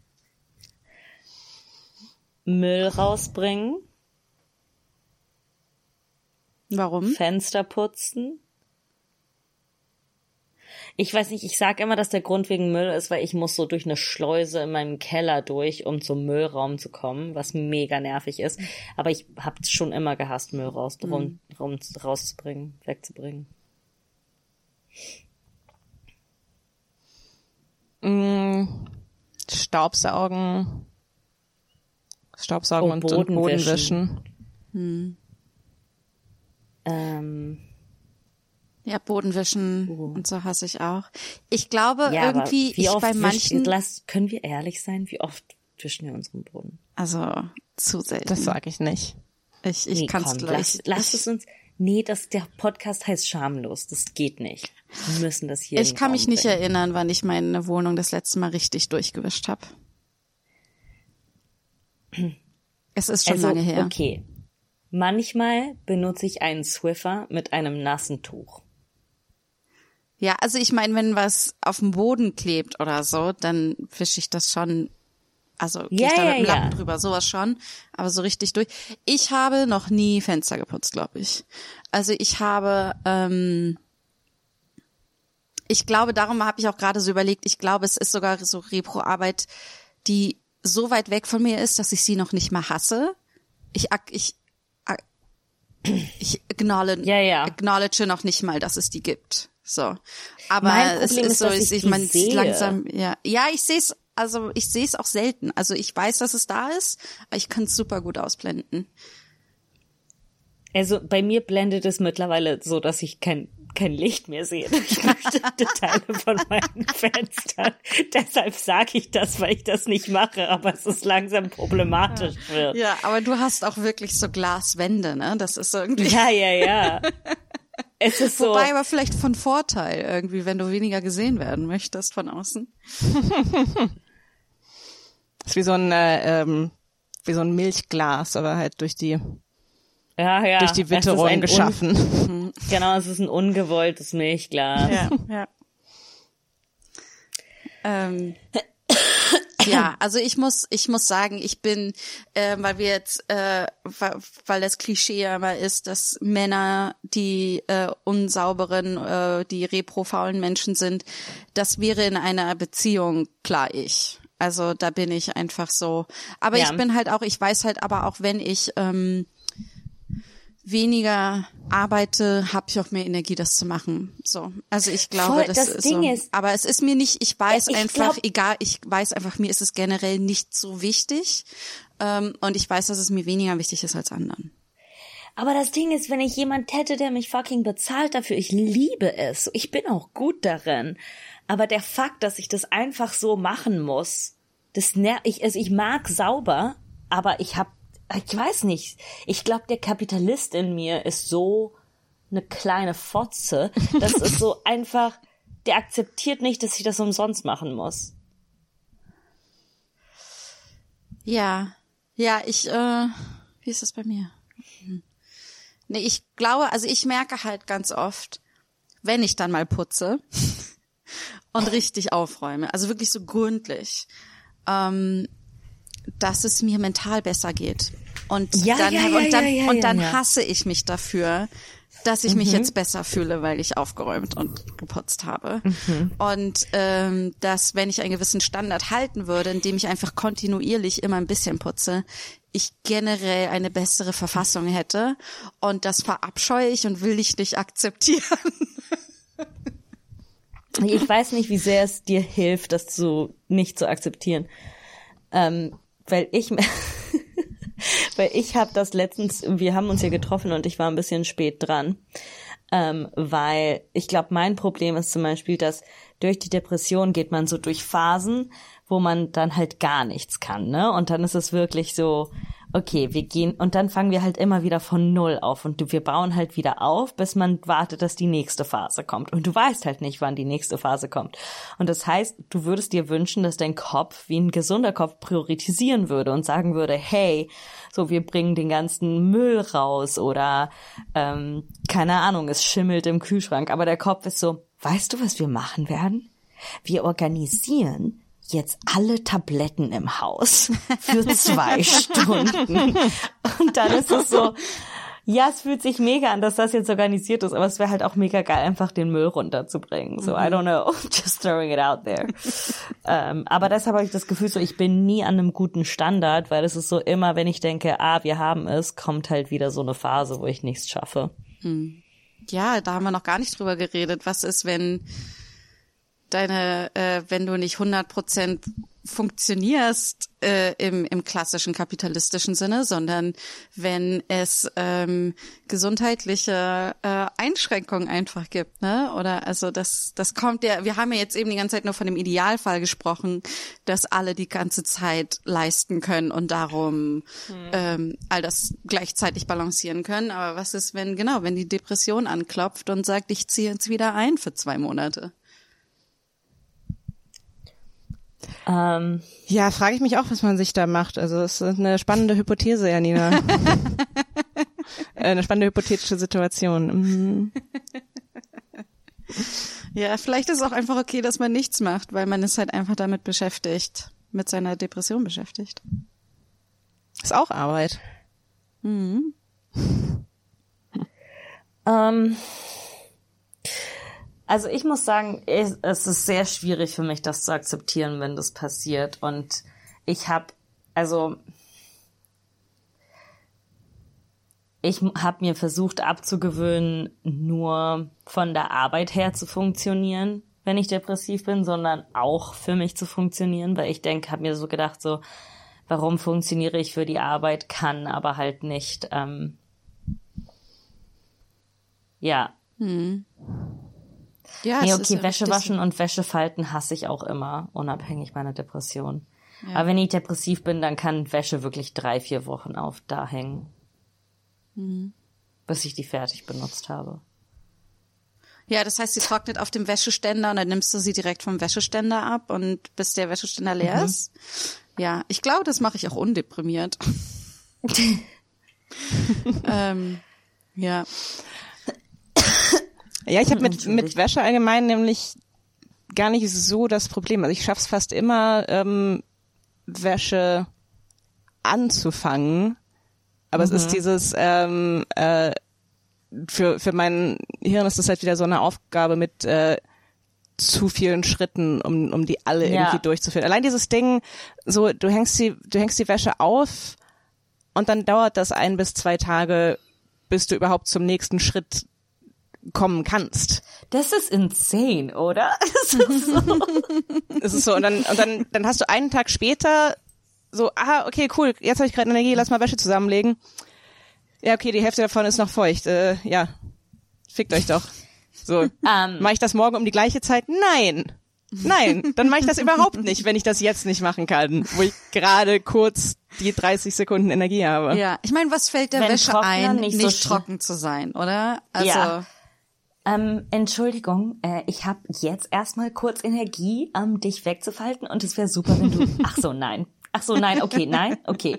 [SPEAKER 4] Müll rausbringen.
[SPEAKER 1] Warum?
[SPEAKER 4] Fenster putzen. Ich weiß nicht, ich sag immer, dass der Grund wegen Müll ist, weil ich muss so durch eine Schleuse in meinem Keller durch, um zum Müllraum zu kommen, was mega nervig ist. Aber ich hab's schon immer gehasst, Müll raus, rum, rum, rauszubringen, wegzubringen.
[SPEAKER 2] Mm, Staubsaugen. Staubsaugen
[SPEAKER 4] Oh,
[SPEAKER 2] und,
[SPEAKER 4] Boden
[SPEAKER 2] und Boden
[SPEAKER 4] wischen.
[SPEAKER 2] wischen.
[SPEAKER 1] Hm.
[SPEAKER 4] Ähm,
[SPEAKER 1] Ja, Bodenwischen
[SPEAKER 4] Uh.
[SPEAKER 1] und so hasse ich auch. Ich glaube
[SPEAKER 4] ja,
[SPEAKER 1] irgendwie,
[SPEAKER 4] aber wie
[SPEAKER 1] ich
[SPEAKER 4] oft
[SPEAKER 1] bei
[SPEAKER 4] wischen-
[SPEAKER 1] manchen,
[SPEAKER 4] lass, können wir ehrlich sein, wie oft wischen wir unseren Boden?
[SPEAKER 1] also zu selten.
[SPEAKER 2] Das sage ich nicht.
[SPEAKER 1] Ich, ich
[SPEAKER 4] Nee,
[SPEAKER 1] kann's
[SPEAKER 4] komm,
[SPEAKER 1] gleich.
[SPEAKER 4] lass, lass
[SPEAKER 1] ich,
[SPEAKER 4] es uns. Nee, das, der Podcast heißt schamlos. Das geht nicht. Wir müssen das hier.
[SPEAKER 1] ich
[SPEAKER 4] in den
[SPEAKER 1] kann
[SPEAKER 4] Raum
[SPEAKER 1] mich nicht
[SPEAKER 4] bringen.
[SPEAKER 1] erinnern, wann ich meine Wohnung das letzte Mal richtig durchgewischt habe. Es ist schon
[SPEAKER 4] Also,
[SPEAKER 1] lange her.
[SPEAKER 4] okay. Manchmal benutze ich einen Swiffer mit einem nassen Tuch.
[SPEAKER 1] Ja, also ich meine, wenn was auf dem Boden klebt oder so, dann wische ich das schon. Also gehe
[SPEAKER 4] Ja,
[SPEAKER 1] ich da
[SPEAKER 4] ja,
[SPEAKER 1] mit dem
[SPEAKER 4] ja.
[SPEAKER 1] Lappen drüber, sowas schon, aber so richtig durch. Ich habe noch nie Fenster geputzt, glaube ich. Also ich habe, ähm, ich glaube, darum habe ich auch gerade so überlegt, ich glaube, es ist sogar so Repro-Arbeit, die so weit weg von mir ist, dass ich sie noch nicht mal hasse. Ich, ak- ich, ak- ich acknowledge,
[SPEAKER 4] Ja, ja.
[SPEAKER 1] acknowledge noch nicht mal, dass es die gibt. So. Aber
[SPEAKER 4] Mein
[SPEAKER 1] es
[SPEAKER 4] Problem
[SPEAKER 1] ist
[SPEAKER 4] ist,
[SPEAKER 1] so,
[SPEAKER 4] dass
[SPEAKER 1] ich,
[SPEAKER 4] ich
[SPEAKER 1] ich
[SPEAKER 4] die
[SPEAKER 1] meine, es ist
[SPEAKER 4] sehe.
[SPEAKER 1] langsam, ja. Ja, ich sehe es, also ich sehe es auch selten. Also ich weiß, dass es da ist, aber ich kann es super gut ausblenden.
[SPEAKER 4] Also bei mir blendet es mittlerweile so, dass ich kein kein Licht mehr sehe durch bestimmte Teile von meinen Fenstern. Deshalb sage ich das, weil ich das nicht mache, aber es ist langsam problematisch wird.
[SPEAKER 1] Ja, aber du hast auch wirklich so Glaswände, ne? Das ist so irgendwie.
[SPEAKER 4] Ja, ja, ja. Es ist so.
[SPEAKER 1] Wobei aber vielleicht von Vorteil irgendwie, wenn du weniger gesehen werden möchtest von außen.
[SPEAKER 2] Das ist wie so ein, äh, ähm, wie so ein Milchglas, aber halt durch die,
[SPEAKER 4] ja, ja.
[SPEAKER 2] durch die
[SPEAKER 4] Es ist
[SPEAKER 2] Witterung
[SPEAKER 4] ein
[SPEAKER 2] geschaffen.
[SPEAKER 4] Un- genau, es ist ein ungewolltes Milchglas.
[SPEAKER 1] Ja, ja. ähm, ja, also ich muss, ich muss sagen, ich bin, äh, weil wir jetzt, äh, weil, weil das Klischee ja immer ist, dass Männer die äh, unsauberen, äh, die repro-faulen Menschen sind, das wäre in einer Beziehung klar ich. Also da bin ich einfach so. Aber
[SPEAKER 4] Ja.
[SPEAKER 1] ich bin halt auch, ich weiß halt aber auch, wenn ich ähm, weniger arbeite, habe ich auch mehr Energie, das zu machen. So, also ich glaube,
[SPEAKER 4] Voll,
[SPEAKER 1] das,
[SPEAKER 4] das
[SPEAKER 1] ist
[SPEAKER 4] Ding
[SPEAKER 1] so.
[SPEAKER 4] ist-
[SPEAKER 1] Aber es ist mir nicht, ich weiß
[SPEAKER 4] Ja, ich
[SPEAKER 1] einfach,
[SPEAKER 4] glaub-
[SPEAKER 1] egal, ich weiß einfach, mir ist es generell nicht so wichtig. Ähm, und ich weiß, dass es mir weniger wichtig ist als anderen.
[SPEAKER 4] Aber das Ding ist, wenn ich jemand hätte, der mich fucking bezahlt dafür, ich liebe es. Ich bin auch gut darin. Aber der Fakt, dass ich das einfach so machen muss, das nervt. Ich, also ich mag sauber, aber ich hab, ich weiß nicht. Ich glaube, der Kapitalist in mir ist so eine kleine Fotze. Das ist so einfach, der akzeptiert nicht, dass ich das umsonst machen muss.
[SPEAKER 1] Ja, Ja, ich, äh, wie ist das bei mir? Nee, ich glaube, also ich merke halt ganz oft, wenn ich dann mal putze und richtig aufräume, also wirklich so gründlich, ähm, dass es mir mental besser geht. Und
[SPEAKER 4] Ja,
[SPEAKER 1] dann,
[SPEAKER 4] ja, ja,
[SPEAKER 1] und dann,
[SPEAKER 4] ja, ja,
[SPEAKER 1] und dann
[SPEAKER 4] ja.
[SPEAKER 1] hasse ich mich dafür, dass ich mich
[SPEAKER 4] Mhm.
[SPEAKER 1] jetzt besser fühle, weil ich aufgeräumt und geputzt habe. Mhm. Und ähm, dass, wenn ich einen gewissen Standard halten würde, indem ich einfach kontinuierlich immer ein bisschen putze, ich generell eine bessere Verfassung hätte. Und das verabscheue ich und will ich nicht akzeptieren.
[SPEAKER 4] Ich weiß nicht, wie sehr es dir hilft, das so nicht zu akzeptieren. Ähm, weil ich, weil ich habe das letztens, wir haben uns hier getroffen und ich war ein bisschen spät dran, ähm, weil ich glaube, mein Problem ist zum Beispiel, dass durch die Depression geht man so durch Phasen, wo man dann halt gar nichts kann, ne? Und dann ist es wirklich so, okay, wir gehen, und dann fangen wir halt immer wieder von Null auf und wir bauen halt wieder auf, bis man wartet, dass die nächste Phase kommt. Und du weißt halt nicht, wann die nächste Phase kommt. Und das heißt, du würdest dir wünschen, dass dein Kopf, wie ein gesunder Kopf, priorisieren würde und sagen würde, hey, so, wir bringen den ganzen Müll raus oder, ähm, keine Ahnung, es schimmelt im Kühlschrank. Aber der Kopf ist so, weißt du, was wir machen werden? Wir organisieren jetzt alle Tabletten im Haus für zwei Stunden. Und dann ist es so, ja, es fühlt sich mega an, dass das jetzt organisiert ist, aber es wäre halt auch mega geil, einfach den Müll runterzubringen. So, I don't know, just throwing it out there. ähm, aber deshalb habe ich das Gefühl, so, ich bin nie an einem guten Standard, weil es ist so immer, wenn ich denke, ah, wir haben es, kommt halt wieder so eine Phase, wo ich nichts schaffe.
[SPEAKER 1] Hm. Ja, da haben wir noch gar nicht drüber geredet. Was ist, wenn deine, äh, wenn du nicht hundert Prozent funktionierst äh, im, im klassischen kapitalistischen Sinne, sondern wenn es ähm, gesundheitliche äh, Einschränkungen einfach gibt, ne? Oder also das, das kommt ja, wir haben ja jetzt eben die ganze Zeit nur von dem Idealfall gesprochen, dass alle die ganze Zeit leisten können und darum hm. ähm, all das gleichzeitig balancieren können. Aber was ist, wenn, genau, wenn die Depression anklopft und sagt, ich ziehe jetzt wieder ein für zwei Monate?
[SPEAKER 2] Ähm, ja, frage ich mich auch, was man sich da macht. Also es ist eine spannende Hypothese, Janina. Eine spannende hypothetische Situation. Mhm.
[SPEAKER 1] Ja, vielleicht ist es auch einfach okay, dass man nichts macht, weil man ist halt einfach damit beschäftigt, mit seiner Depression beschäftigt.
[SPEAKER 2] Ist auch Arbeit.
[SPEAKER 1] Mhm.
[SPEAKER 4] Ähm... Also ich muss sagen, es ist sehr schwierig für mich, das zu akzeptieren, wenn das passiert. Und ich habe, also ich habe mir versucht abzugewöhnen, nur von der Arbeit her zu funktionieren, wenn ich depressiv bin, sondern auch für mich zu funktionieren, weil ich denke, habe mir so gedacht, so, warum funktioniere ich für die Arbeit, kann aber halt nicht, ähm, ja.
[SPEAKER 1] Hm. Ja,
[SPEAKER 4] nee,
[SPEAKER 1] es
[SPEAKER 4] okay,
[SPEAKER 1] ist ja
[SPEAKER 4] Wäsche
[SPEAKER 1] richtig.
[SPEAKER 4] waschen und Wäsche falten hasse ich auch immer, unabhängig meiner Depression.
[SPEAKER 1] Ja.
[SPEAKER 4] Aber wenn ich depressiv bin, dann kann Wäsche wirklich drei, vier Wochen auf da hängen,
[SPEAKER 1] Mhm.
[SPEAKER 4] bis ich die fertig benutzt habe.
[SPEAKER 1] Ja, das heißt, sie trocknet auf dem Wäscheständer und dann nimmst du sie direkt vom Wäscheständer ab und bis der Wäscheständer leer
[SPEAKER 4] Mhm.
[SPEAKER 1] ist. Ja, ich glaube, das mache ich auch undeprimiert. ähm, ja.
[SPEAKER 2] Ja, ich habe mit mit Wäsche allgemein nämlich gar nicht so das Problem. Also ich schaff's fast immer, ähm, Wäsche anzufangen, aber mhm. es ist dieses ähm, äh, für für mein Hirn ist das halt wieder so eine Aufgabe mit äh, zu vielen Schritten, um um die alle
[SPEAKER 4] ja.
[SPEAKER 2] irgendwie durchzuführen. Allein dieses Ding, so du hängst die du hängst die Wäsche auf und dann dauert das ein bis zwei Tage, bis du überhaupt zum nächsten Schritt kommen kannst.
[SPEAKER 4] Das ist insane, oder? Das ist so.
[SPEAKER 2] Es ist so, und dann, und dann, dann hast du einen Tag später so, ah, okay, cool, jetzt habe ich gerade Energie, lass mal Wäsche zusammenlegen. Ja, okay, die Hälfte davon ist noch feucht. Äh, ja, fickt euch doch. So,
[SPEAKER 4] um,
[SPEAKER 2] mache ich das morgen um die gleiche Zeit? Nein. Nein, dann mache ich das überhaupt nicht, wenn ich das jetzt nicht machen kann, wo ich gerade kurz die dreißig Sekunden Energie habe.
[SPEAKER 1] Ja, ich meine, was fällt der
[SPEAKER 4] Wenn
[SPEAKER 1] Wäsche
[SPEAKER 4] Trockner
[SPEAKER 1] ein,
[SPEAKER 4] nicht
[SPEAKER 1] nicht,
[SPEAKER 4] so
[SPEAKER 1] trocken zu sein, oder? Also
[SPEAKER 4] Ja. Ähm, Entschuldigung, äh, ich habe jetzt erstmal kurz Energie, um dich wegzufalten und es wäre super, wenn du... Ach so, nein. Ach so, nein, okay, nein, okay.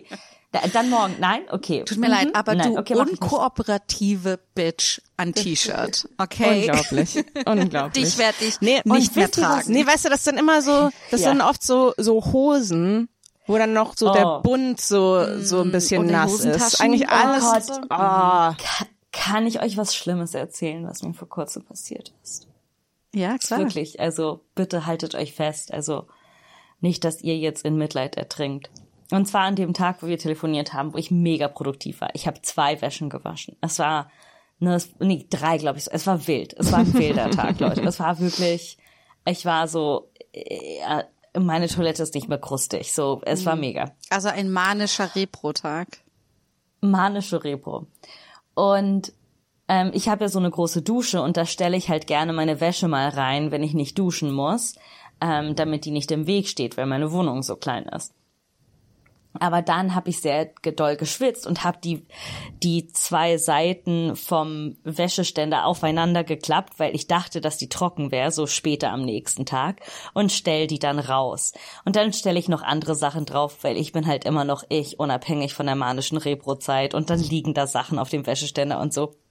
[SPEAKER 4] Da, dann morgen. Nein? Okay.
[SPEAKER 1] Tut mir mhm. leid, aber
[SPEAKER 4] Nein,
[SPEAKER 1] du
[SPEAKER 4] okay,
[SPEAKER 1] unkooperative Bitch an T-Shirt. Okay.
[SPEAKER 2] Unglaublich. Unglaublich.
[SPEAKER 1] Dich werde ich
[SPEAKER 2] nee,
[SPEAKER 1] nicht mehr tragen.
[SPEAKER 2] Nee, weißt du, das sind immer so, das ja. sind oft so, so Hosen, wo dann noch so oh. der Bund so, so ein bisschen
[SPEAKER 1] und
[SPEAKER 2] nass ist. Eigentlich alles.
[SPEAKER 4] Oh
[SPEAKER 2] so,
[SPEAKER 4] oh. kann, kann ich euch was Schlimmes erzählen, was mir vor kurzem passiert ist?
[SPEAKER 1] Ja, klar.
[SPEAKER 4] Wirklich, also bitte haltet euch fest. Also nicht, dass ihr jetzt in Mitleid ertrinkt. Und zwar an dem Tag, wo wir telefoniert haben, wo ich mega produktiv war. Ich habe zwei Wäschen gewaschen. Es war, ne, es, nee, drei, glaube ich. Es war wild. Es war ein wilder Tag, Leute. Es war wirklich, ich war so, äh, meine Toilette ist nicht mehr krustig. So, es war mega.
[SPEAKER 1] Also ein manischer Repro-Tag.
[SPEAKER 4] Manische Repro. Und ähm, ich habe ja so eine große Dusche und da stelle ich halt gerne meine Wäsche mal rein, wenn ich nicht duschen muss, ähm, damit die nicht im Weg steht, weil meine Wohnung so klein ist. Aber dann habe ich sehr doll geschwitzt und habe die die zwei Seiten vom Wäscheständer aufeinander geklappt, weil ich dachte, dass die trocken wäre, so später am nächsten Tag, und stell die dann raus. Und dann stelle ich noch andere Sachen drauf, weil ich bin halt immer noch ich, unabhängig von der manischen Repro-Zeit. Und dann liegen da Sachen auf dem Wäscheständer und so.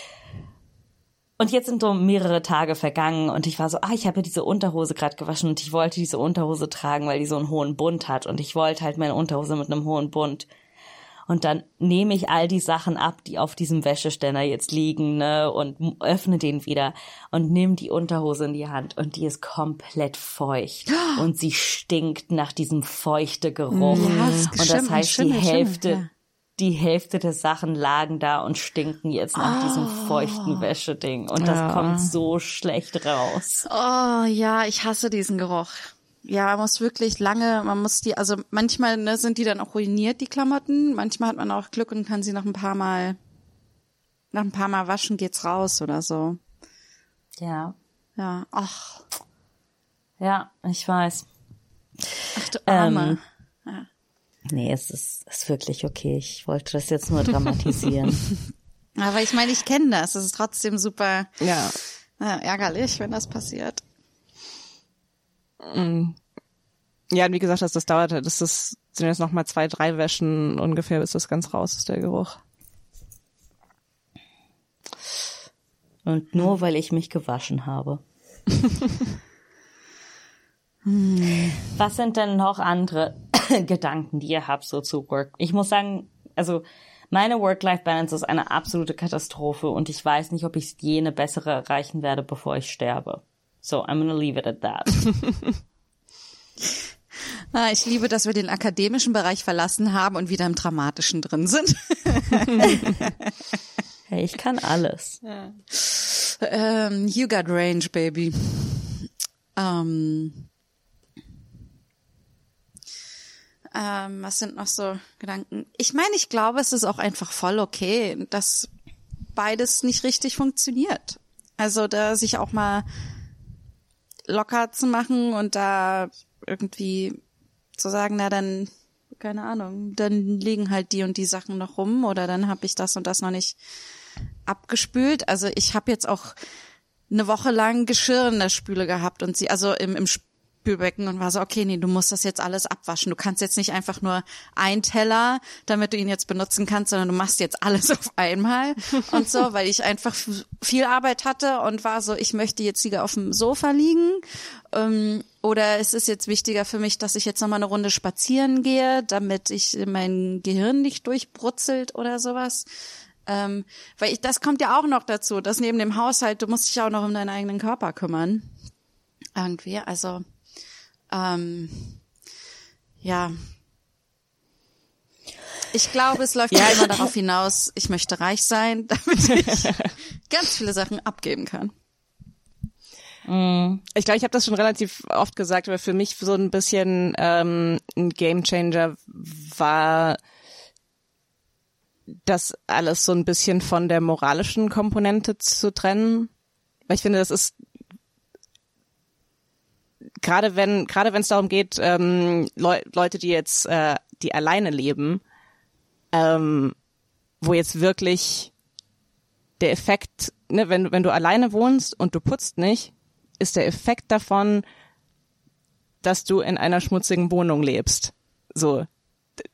[SPEAKER 4] Und jetzt sind so mehrere Tage vergangen und ich war so, ah, ich habe ja diese Unterhose gerade gewaschen und ich wollte diese Unterhose tragen, weil die so einen hohen Bund hat und ich wollte halt meine Unterhose mit einem hohen Bund. Und dann nehme ich all die Sachen ab, die auf diesem Wäscheständer jetzt liegen, ne, und öffne den wieder und nehme die Unterhose in die Hand und die ist komplett feucht und sie stinkt nach diesem feuchte Geruch.
[SPEAKER 1] Ja,
[SPEAKER 4] und das heißt,
[SPEAKER 1] Schimmel,
[SPEAKER 4] die Hälfte...
[SPEAKER 1] Schimmel, ja.
[SPEAKER 4] Die Hälfte der Sachen lagen da und stinken jetzt nach oh. diesem feuchten Wäscheding. Und das ja. kommt so schlecht raus.
[SPEAKER 1] Oh ja, ich hasse diesen Geruch. Ja, man muss wirklich lange, man muss die, also manchmal ne, sind die dann auch ruiniert, die Klamotten. Manchmal hat man auch Glück und kann sie noch ein paar Mal, nach ein paar Mal waschen geht's raus oder so.
[SPEAKER 4] Ja.
[SPEAKER 1] Ja, ach.
[SPEAKER 4] Ja, ich weiß.
[SPEAKER 1] Ach du Arme.
[SPEAKER 4] Ähm, ja. Nee, es ist, ist wirklich okay. Ich wollte das jetzt nur dramatisieren.
[SPEAKER 1] Aber ich meine, ich kenne das. Es ist trotzdem super
[SPEAKER 2] ja.
[SPEAKER 1] Ja, ärgerlich, wenn das passiert.
[SPEAKER 2] Ja, und wie gesagt, dass das dauerte. Das ist, sind jetzt noch mal zwei, drei Wäschen ungefähr, bis das ganz raus ist, der Geruch.
[SPEAKER 4] Und nur, weil ich mich gewaschen habe. Was sind denn noch andere Gedanken, die ihr habt so zu Work? Ich muss sagen, also meine Work-Life-Balance ist eine absolute Katastrophe und ich weiß nicht, ob ich je eine bessere erreichen werde, bevor ich sterbe. So, I'm gonna leave it at that.
[SPEAKER 1] Ah, ich liebe, dass wir den akademischen Bereich verlassen haben und wieder im Dramatischen drin sind.
[SPEAKER 4] Hey, ich kann alles.
[SPEAKER 1] Ja. Um, you got range, baby. Um, um, was sind noch so Gedanken? Ich meine, ich glaube, es ist auch einfach voll okay, dass beides nicht richtig funktioniert. Also da sich auch mal locker zu machen und da irgendwie zu sagen, na dann, keine Ahnung, dann liegen halt die und die Sachen noch rum oder dann habe ich das und das noch nicht abgespült. Also ich habe jetzt auch eine Woche lang Geschirr in der Spüle gehabt und sie, also im, im Spülbecken und war so, okay, nee, du musst das jetzt alles abwaschen. Du kannst jetzt nicht einfach nur einen Teller, damit du ihn jetzt benutzen kannst, sondern du machst jetzt alles auf einmal und so, weil ich einfach viel Arbeit hatte und war so, ich möchte jetzt lieber auf dem Sofa liegen ähm, oder es ist jetzt wichtiger für mich, dass ich jetzt nochmal eine Runde spazieren gehe, damit ich mein Gehirn nicht durchbrutzelt oder sowas. Ähm, weil ich, das kommt ja auch noch dazu, dass neben dem Haushalt, du musst dich auch noch um deinen eigenen Körper kümmern. Irgendwie, also ähm, ja. Ich glaube, es läuft ja immer darauf hinaus, ich möchte reich sein, damit ich ganz viele Sachen abgeben kann.
[SPEAKER 2] Ich glaube, ich habe das schon relativ oft gesagt, aber für mich so ein bisschen ähm, ein Gamechanger war das alles so ein bisschen von der moralischen Komponente zu trennen. Weil ich finde, das ist gerade wenn gerade wenn es darum geht, ähm, Le- Leute, die jetzt äh, die alleine leben, ähm, wo jetzt wirklich der Effekt, ne, wenn wenn du alleine wohnst und du putzt nicht, ist der Effekt davon, dass du in einer schmutzigen Wohnung lebst. So,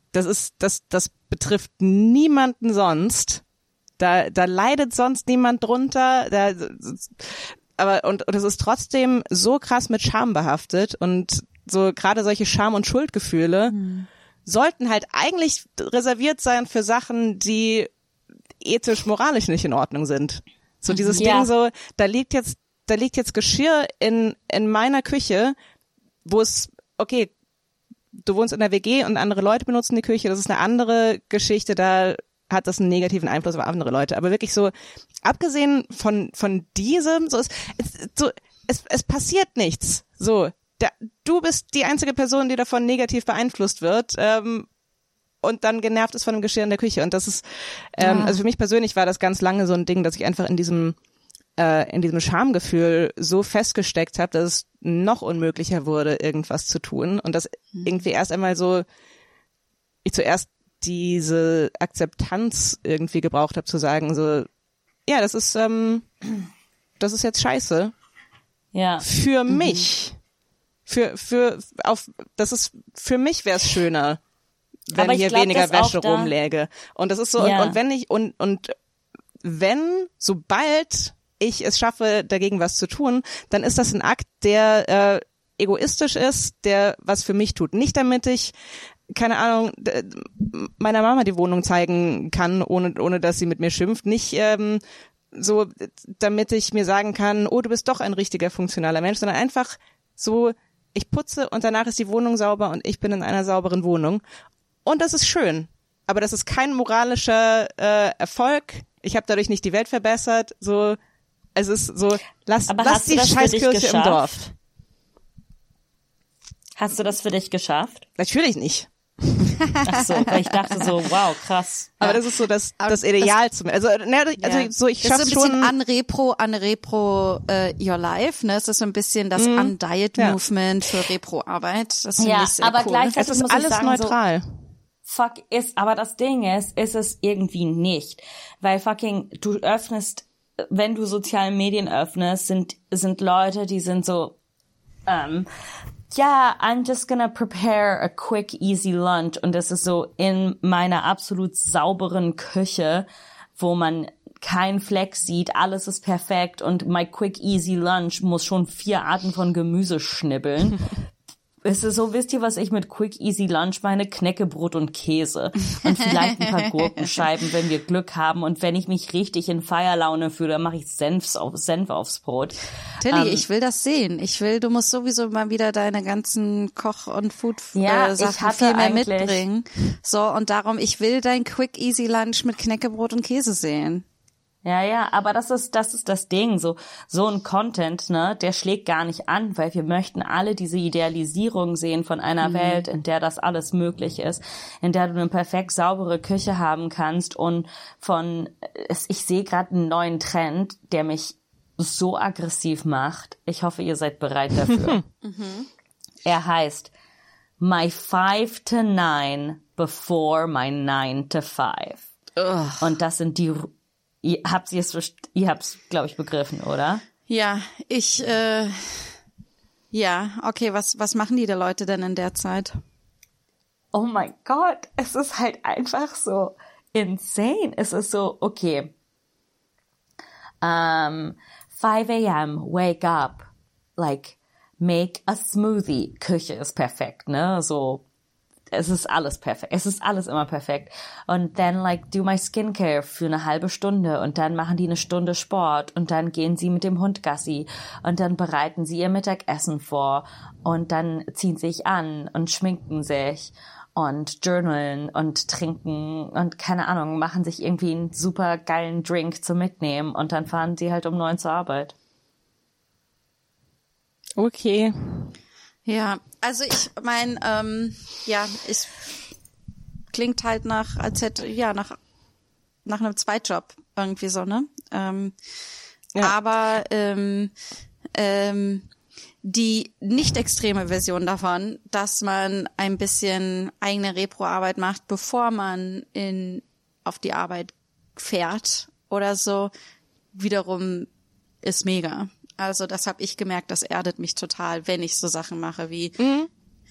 [SPEAKER 2] das ist, das, das betrifft niemanden sonst. Da, da leidet sonst niemand drunter. Da, aber und, und es ist trotzdem so krass mit Scham behaftet und so gerade solche Scham- und Schuldgefühle hm. sollten halt eigentlich reserviert sein für Sachen, die ethisch, moralisch nicht in Ordnung sind. So dieses ja. Ding so, da liegt jetzt, da liegt jetzt Geschirr in in meiner Küche, wo es okay, du wohnst in der W G und andere Leute benutzen die Küche. Das ist eine andere Geschichte. Da hat das einen negativen Einfluss auf andere Leute. Aber wirklich so, abgesehen von, von diesem, so, es, so, es, es passiert nichts. So, da, du bist die einzige Person, die davon negativ beeinflusst wird, ähm, und dann genervt ist von dem Geschirr in der Küche. Und das ist, ähm, ja. also für mich persönlich war das ganz lange so ein Ding, dass ich einfach in diesem, äh, in diesem Schamgefühl so festgesteckt habe, dass es noch unmöglicher wurde, irgendwas zu tun. Und dass mhm. irgendwie erst einmal so, ich zuerst diese Akzeptanz irgendwie gebraucht habe, zu sagen so, ja, das ist, ähm, das ist jetzt scheiße.
[SPEAKER 4] Ja.
[SPEAKER 2] Für
[SPEAKER 4] mhm.
[SPEAKER 2] mich. Für, für, auf, das ist, für mich wäre es schöner, wenn
[SPEAKER 4] Aber ich
[SPEAKER 2] hier
[SPEAKER 4] glaub,
[SPEAKER 2] weniger Wäsche
[SPEAKER 4] da
[SPEAKER 2] rumläge. Und das ist so,
[SPEAKER 4] ja.
[SPEAKER 2] und, und wenn ich, und, und wenn, sobald ich es schaffe, dagegen was zu tun, dann ist das ein Akt, der äh, egoistisch ist, der was für mich tut. Nicht damit ich, keine Ahnung, meiner Mama die Wohnung zeigen kann, ohne ohne dass sie mit mir schimpft. Nicht ähm, so, damit ich mir sagen kann, oh, du bist doch ein richtiger, funktionaler Mensch, sondern einfach so, ich putze und danach ist die Wohnung sauber und ich bin in einer sauberen Wohnung. Und das ist schön. Aber das ist kein moralischer äh, Erfolg. Ich habe dadurch nicht die Welt verbessert. So, es ist so, lass,
[SPEAKER 4] Aber
[SPEAKER 2] lass die Scheißkirche im Dorf.
[SPEAKER 4] Hast du das für dich geschafft?
[SPEAKER 2] Natürlich nicht.
[SPEAKER 4] Ach so, weil ich dachte so, wow, krass.
[SPEAKER 2] Aber das ist so das, das Ideal zum, also, ne, also
[SPEAKER 1] ja.
[SPEAKER 2] so ich schaff's
[SPEAKER 1] schon. Das ist so ein bisschen
[SPEAKER 2] schon.
[SPEAKER 1] Unrepro, Unrepro uh, Your Life, ne? Es ist so ein bisschen das mm, Undiet ja. Movement für Repro-Arbeit. Das finde
[SPEAKER 4] ja,
[SPEAKER 1] ich sehr
[SPEAKER 4] aber
[SPEAKER 1] cool.
[SPEAKER 4] gleichzeitig
[SPEAKER 2] es ist
[SPEAKER 4] muss
[SPEAKER 2] alles
[SPEAKER 4] ich sagen,
[SPEAKER 2] neutral.
[SPEAKER 4] So, fuck ist, aber das Ding ist, ist es irgendwie nicht, weil fucking du öffnest, wenn du soziale Medien öffnest, sind sind Leute, die sind so, ähm, ja, yeah, I'm just gonna prepare a quick, easy lunch. Und das ist so in meiner absolut sauberen Küche, wo man keinen Fleck sieht, alles ist perfekt und my quick, easy lunch muss schon vier Arten von Gemüse schnibbeln. Es ist so, wisst ihr, was ich mit Quick Easy Lunch meine? Knäckebrot und Käse. Und vielleicht ein paar Gurkenscheiben, wenn wir Glück haben. Und wenn ich mich richtig in Feierlaune fühle, dann mache ich Senf, auf, Senf aufs Brot.
[SPEAKER 1] Tilly,
[SPEAKER 4] ähm,
[SPEAKER 1] ich will das sehen. Ich will, du musst sowieso mal wieder deine ganzen Koch- und Food-Sachen
[SPEAKER 4] ja,
[SPEAKER 1] äh, viel mehr mitbringen. So, und darum, ich will dein Quick Easy Lunch mit Knäckebrot und Käse sehen.
[SPEAKER 4] Ja, ja, aber das ist, das ist das Ding, so, so ein Content, ne, der schlägt gar nicht an, weil wir möchten alle diese Idealisierung sehen von einer mhm. Welt, in der das alles möglich ist, in der du eine perfekt saubere Küche haben kannst und von, ich sehe gerade einen neuen Trend, der mich so aggressiv macht. Ich hoffe, ihr seid bereit dafür. mhm. Er heißt My Five to Nine Before My Nine to Five. Ugh. Und das sind die Ihr habt es, ihr habt's, glaube ich, begriffen, oder?
[SPEAKER 1] Ja, ich, äh, ja, okay, was, was machen die da Leute denn in der Zeit?
[SPEAKER 4] Oh mein Gott, es ist halt einfach so insane. Es ist so, okay, um, five a.m., wake up, like, make a smoothie. Küche ist perfekt, ne, so. Es ist alles perfekt. Es ist alles immer perfekt. Und dann, like, do my skincare für eine halbe Stunde. Und dann machen die eine Stunde Sport. Und dann gehen sie mit dem Hund Gassi. Und dann bereiten sie ihr Mittagessen vor. Und dann ziehen sie sich an und schminken sich. Und journalen und trinken. Und keine Ahnung, machen sich irgendwie einen super geilen Drink zum Mitnehmen. Und dann fahren sie halt um neun zur Arbeit.
[SPEAKER 2] Okay.
[SPEAKER 1] Ja, also ich mein, ähm, ja, es klingt halt nach, als hätte, ja, nach nach einem Zweitjob irgendwie so, ne? Ähm, ja. Aber ähm, ähm, die nicht extreme Version davon, dass man ein bisschen eigene Repro-Arbeit macht, bevor man in auf die Arbeit fährt oder so, wiederum ist mega. Also das habe ich gemerkt, das erdet mich total, wenn ich so Sachen mache wie, mhm.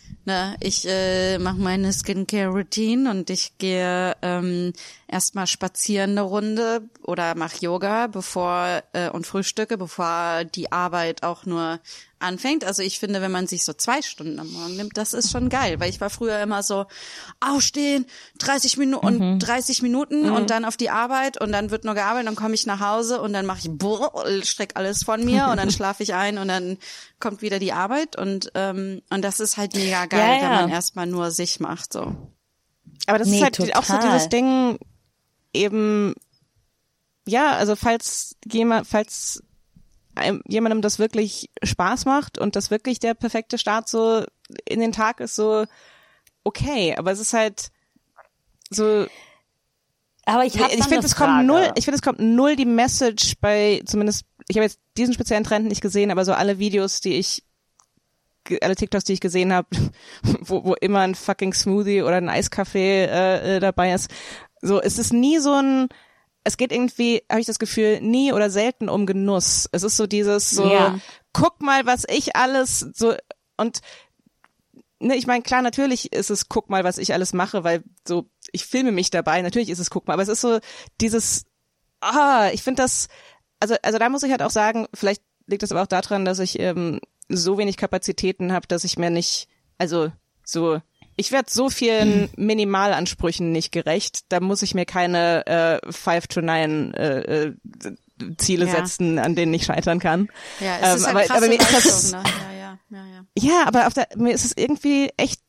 [SPEAKER 1] Ne, ich äh, mache meine Skincare-Routine und ich gehe ähm, erstmal spazieren eine Runde oder mache Yoga bevor äh, und frühstücke, bevor die Arbeit auch nur anfängt. Also ich finde, wenn man sich so zwei Stunden am Morgen nimmt, das ist schon geil, weil ich war früher immer so aufstehen, dreißig Minuten und
[SPEAKER 2] Mhm.
[SPEAKER 1] dreißig Minuten
[SPEAKER 2] Mhm.
[SPEAKER 1] und dann auf die Arbeit und dann wird nur gearbeitet, dann komme ich nach Hause und dann mache ich brrr, streck alles von mir und dann schlafe ich ein und dann kommt wieder die Arbeit und ähm, und das ist halt mega geil,
[SPEAKER 4] Ja, ja.
[SPEAKER 1] wenn man erstmal nur sich macht so.
[SPEAKER 2] Aber das
[SPEAKER 4] Nee,
[SPEAKER 2] ist halt
[SPEAKER 4] total.
[SPEAKER 2] auch so dieses Ding eben, ja, also falls jemand, falls einem, jemandem das wirklich Spaß macht und das wirklich der perfekte Start so in den Tag ist, so okay, aber es ist halt so,
[SPEAKER 4] Aber ich habe
[SPEAKER 2] ich finde, es kommt null, ich finde, es kommt null die Message bei, zumindest, ich habe jetzt diesen speziellen Trend nicht gesehen, aber so alle Videos, die ich, ge- alle TikToks, die ich gesehen habe, wo, wo immer ein fucking Smoothie oder ein Eiskaffee äh, äh, dabei ist, so, es ist nie so ein, es geht irgendwie, habe ich das Gefühl, nie oder selten um Genuss. Es ist so dieses, so,
[SPEAKER 4] Ja.
[SPEAKER 2] guck mal, was ich alles, so, und ne, ich meine, klar, natürlich ist es, guck mal, was ich alles mache, weil so, ich filme mich dabei, natürlich ist es, guck mal, aber es ist so dieses, ah, ich finde das, also, also da muss ich halt auch sagen, vielleicht liegt das aber auch daran, dass ich ähm, so wenig Kapazitäten habe, dass ich mir nicht, also so, ich werde so vielen Minimalansprüchen nicht gerecht, da muss ich mir keine äh, five to nine äh, äh, Ziele
[SPEAKER 1] Ja.
[SPEAKER 2] setzen, an denen ich scheitern kann.
[SPEAKER 1] Ja, es ist
[SPEAKER 2] Ähm,
[SPEAKER 1] halt
[SPEAKER 2] aber, aber
[SPEAKER 1] krasse
[SPEAKER 2] mir ist das,
[SPEAKER 1] Leistung, ne? Ja, ja, ja, ja.
[SPEAKER 2] ja, aber auf der, mir ist es irgendwie echt,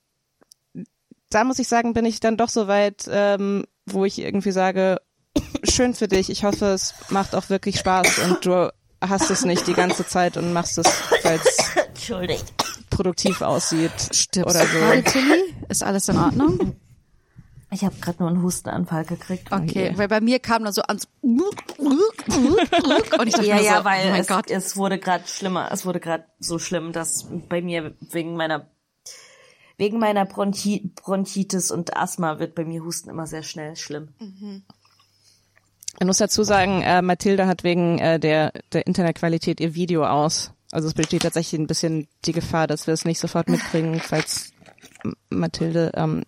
[SPEAKER 2] da muss ich sagen, bin ich dann doch so weit, ähm, wo ich irgendwie sage, schön für dich, ich hoffe, es macht auch wirklich Spaß und du hast es nicht die ganze Zeit und machst es, weil es
[SPEAKER 4] Entschuldigt.
[SPEAKER 2] produktiv aussieht
[SPEAKER 1] Stirbst
[SPEAKER 2] oder
[SPEAKER 1] du gerade,
[SPEAKER 2] so.
[SPEAKER 1] Tilly? Ist alles in Ordnung?
[SPEAKER 4] Ich habe gerade nur einen Hustenanfall gekriegt.
[SPEAKER 1] Okay, weil bei mir kam dann so ans und ich dachte
[SPEAKER 4] Ja,
[SPEAKER 1] mir
[SPEAKER 4] ja,
[SPEAKER 1] so,
[SPEAKER 4] weil
[SPEAKER 1] oh mein
[SPEAKER 4] es,
[SPEAKER 1] Gott.
[SPEAKER 4] es wurde gerade schlimmer. Es wurde gerade so schlimm, dass bei mir wegen meiner wegen meiner Bronchi Bronchitis und Asthma wird bei mir Husten immer sehr schnell schlimm.
[SPEAKER 2] Ich muss dazu sagen, äh, Mathilde hat wegen äh, der, der Internetqualität ihr Video aus. Also es besteht tatsächlich ein bisschen die Gefahr, dass wir es nicht sofort mitkriegen, falls M- Mathilde, ähm,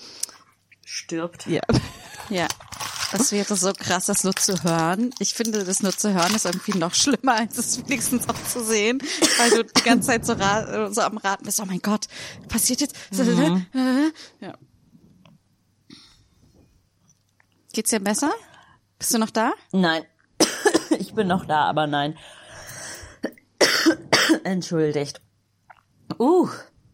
[SPEAKER 4] Stirbt.
[SPEAKER 2] ja.
[SPEAKER 1] Ja, das wäre so krass, das nur zu hören. Ich finde, das nur zu hören ist irgendwie noch schlimmer, als es wenigstens auch zu sehen, weil du die ganze Zeit so, ra- so am Raten bist. Oh mein Gott, passiert jetzt?
[SPEAKER 2] Mhm.
[SPEAKER 1] Ja. Geht's dir besser? Bist du noch da?
[SPEAKER 4] Nein. Ich bin noch da, aber nein. Entschuldigt. Uh,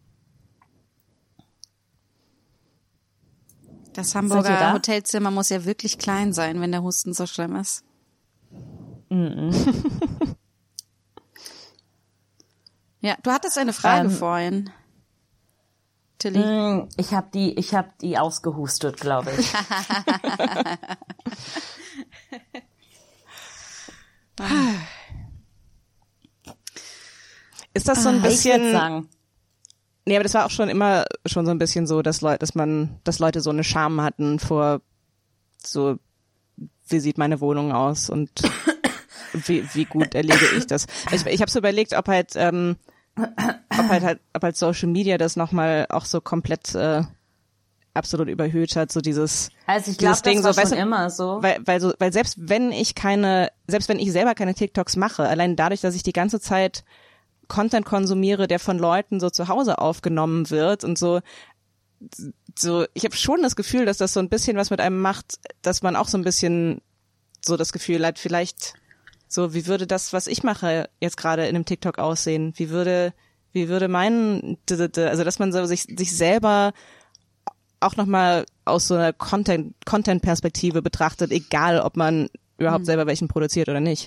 [SPEAKER 1] Das
[SPEAKER 4] Seid ihr
[SPEAKER 1] Hamburger
[SPEAKER 4] da?
[SPEAKER 1] Hotelzimmer muss ja wirklich klein sein, wenn der Husten so schlimm ist. Ja, du hattest eine Frage
[SPEAKER 4] Ähm.
[SPEAKER 1] vorhin, Tilly.
[SPEAKER 4] mm, ich habe die, ich habe die ausgehustet, glaube ich.
[SPEAKER 2] Ist das so ein
[SPEAKER 4] Ich würde
[SPEAKER 2] bisschen,
[SPEAKER 4] sagen,
[SPEAKER 2] nee, aber das war auch schon immer schon so ein bisschen so, dass Leute, dass man, dass Leute so eine Scham hatten vor so, wie sieht meine Wohnung aus und wie, wie gut erlege ich das. Ich, ich habe so überlegt, ob halt, ähm, ob halt, halt, ob halt Social Media das nochmal auch so komplett äh, absolut überhöht hat, so dieses,
[SPEAKER 4] also ich
[SPEAKER 2] dieses
[SPEAKER 4] glaube, das
[SPEAKER 2] Ding,
[SPEAKER 4] war
[SPEAKER 2] so, weißt
[SPEAKER 4] schon
[SPEAKER 2] du,
[SPEAKER 4] immer so.
[SPEAKER 2] weil, weil so, weil selbst wenn ich keine, selbst wenn ich selber keine TikToks mache, allein dadurch, dass ich die ganze Zeit Content konsumiere, der von Leuten so zu Hause aufgenommen wird und so, so, ich habe schon das Gefühl, dass das so ein bisschen was mit einem macht, dass man auch so ein bisschen so das Gefühl hat, vielleicht so, wie würde das, was ich mache, jetzt gerade in einem TikTok aussehen? Wie würde, wie würde mein, also dass man so sich, sich selber auch nochmal aus so einer Content, Content-Perspektive betrachtet, egal ob man überhaupt
[SPEAKER 1] Mhm.
[SPEAKER 2] selber welchen produziert oder nicht.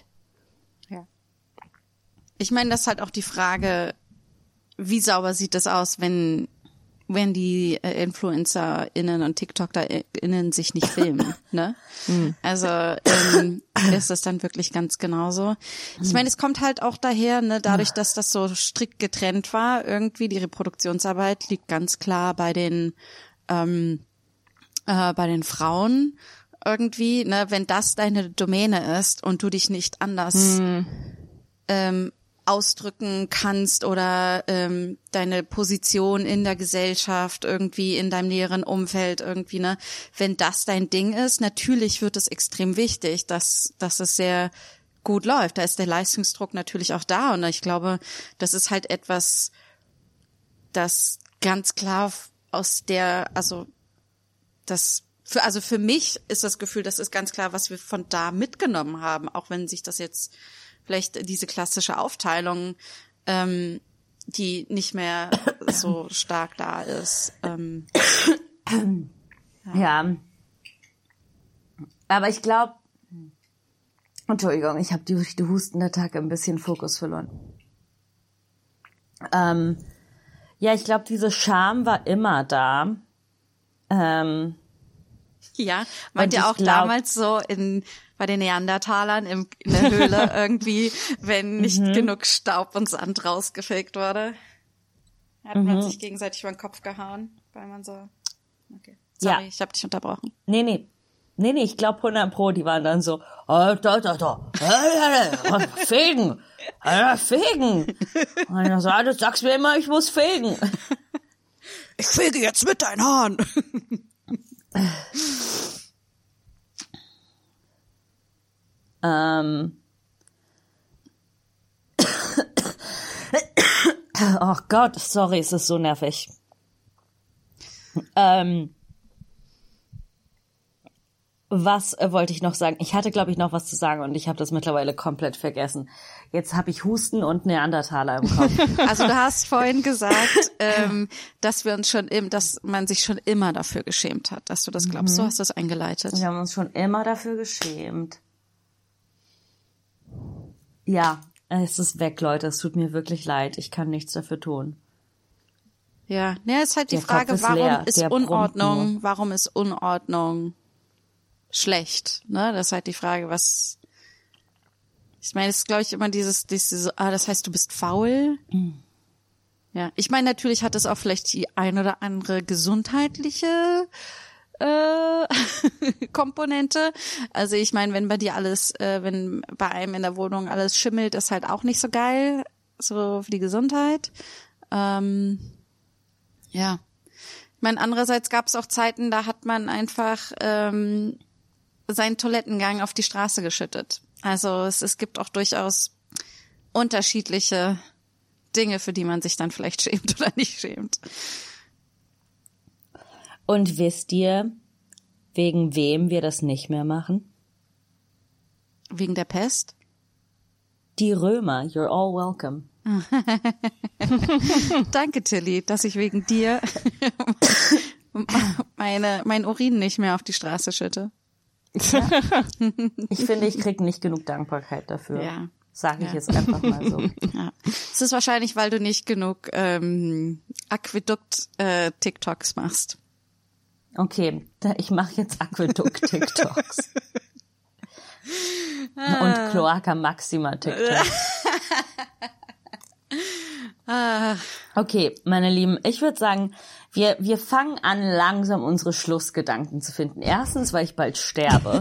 [SPEAKER 1] Ich meine, das ist halt auch die Frage, wie sauber sieht das aus, wenn wenn die äh, InfluencerInnen und TikTokerInnen sich nicht filmen, ne?
[SPEAKER 2] Mhm.
[SPEAKER 1] Also ähm, ist das dann wirklich ganz genauso. Ich meine, es kommt halt auch daher, ne, dadurch, dass das so strikt getrennt war, irgendwie die Reproduktionsarbeit liegt ganz klar bei den ähm, äh, bei den Frauen irgendwie, ne, wenn das deine Domäne ist und du dich nicht anders
[SPEAKER 2] Mhm.
[SPEAKER 1] ähm, ausdrücken kannst oder ähm, deine Position in der Gesellschaft irgendwie in deinem näheren Umfeld irgendwie, ne? Wenn das dein Ding ist, natürlich wird es extrem wichtig, dass dass es sehr gut läuft. Da ist der Leistungsdruck natürlich auch da und ich glaube, das ist halt etwas, das ganz klar aus der, also das für also für mich ist das Gefühl, das ist ganz klar, was wir von da mitgenommen haben, auch wenn sich das jetzt vielleicht diese klassische Aufteilung, ähm, die nicht mehr so stark da ist. Ähm,
[SPEAKER 4] ja. ja. Aber ich glaube, Entschuldigung, ich habe durch die Hustenattacke ein bisschen Fokus verloren. Ähm, ja, ich glaube, diese Scham war immer da. Ähm,
[SPEAKER 1] ja, meint ihr auch
[SPEAKER 4] glaub,
[SPEAKER 1] damals so in bei den Neandertalern im, in der Höhle irgendwie, wenn nicht mhm. genug Staub und Sand rausgefegt wurde, hat mhm. man sich gegenseitig über den Kopf gehauen, weil man so, okay, sorry, ja. ich habe dich unterbrochen.
[SPEAKER 4] Nee, nee, nee, nee, ich glaube hundert Pro, die waren dann so, oh, da, da, da, fegen, fegen. Und ich so, du sagst mir immer, ich muss fegen.
[SPEAKER 1] Ich fege jetzt mit deinen Haaren.
[SPEAKER 4] Ähm. Oh Gott, sorry, es ist so nervig. Ähm. Was äh, wollte ich noch sagen? Ich hatte, glaube ich, noch was zu sagen und ich habe das mittlerweile komplett vergessen. Jetzt habe ich Husten und Neandertaler im Kopf.
[SPEAKER 1] Also du hast vorhin gesagt, ähm, dass wir uns schon, im, dass man sich schon immer dafür geschämt hat, dass du das glaubst. Mhm. So hast du das eingeleitet.
[SPEAKER 4] Wir haben uns schon immer dafür geschämt. Ja, es ist weg, Leute. Es tut mir wirklich leid. Ich kann nichts dafür tun.
[SPEAKER 1] Ja, ja, ist halt die
[SPEAKER 4] Der
[SPEAKER 1] Frage,
[SPEAKER 4] Kopf ist
[SPEAKER 1] warum
[SPEAKER 4] leer.
[SPEAKER 1] ist
[SPEAKER 4] Der
[SPEAKER 1] Unordnung, warum ist Unordnung schlecht? Ne, das ist halt die Frage, was. Ich meine, es ist, glaube ich, immer dieses, dieses, ah, das heißt, du bist faul. Mhm. Ja, ich meine, natürlich hat es auch vielleicht die ein oder andere gesundheitliche äh, Komponente. Also ich meine, wenn bei dir alles, äh, wenn bei einem in der Wohnung alles schimmelt, ist halt auch nicht so geil, so für die Gesundheit. Ähm, ja. Ich meine, andererseits gab es auch Zeiten, da hat man einfach ähm, seinen Toilettengang auf die Straße geschüttet. Also es, es gibt auch durchaus unterschiedliche Dinge, für die man sich dann vielleicht schämt oder nicht schämt.
[SPEAKER 4] Und wisst ihr, wegen wem wir das nicht mehr machen?
[SPEAKER 1] Wegen der Pest?
[SPEAKER 4] Die Römer. You're all welcome.
[SPEAKER 1] Danke, Tilly, dass ich wegen dir meine, mein Urin nicht mehr auf die Straße schütte.
[SPEAKER 4] Ja. Ich finde, ich kriege nicht genug Dankbarkeit dafür.
[SPEAKER 1] Ja.
[SPEAKER 4] Sage ich
[SPEAKER 1] ja.
[SPEAKER 4] jetzt einfach mal so.
[SPEAKER 1] Ja. Es ist wahrscheinlich, weil du nicht genug ähm, Aquädukt-TikToks äh, machst.
[SPEAKER 4] Okay, ich mache jetzt Aquädukt-TikToks. Ah. Und Cloaca Maxima TikToks.
[SPEAKER 1] Ah.
[SPEAKER 4] Okay, meine Lieben, ich würde sagen, wir wir fangen an, langsam unsere Schlussgedanken zu finden. Erstens, weil ich bald sterbe.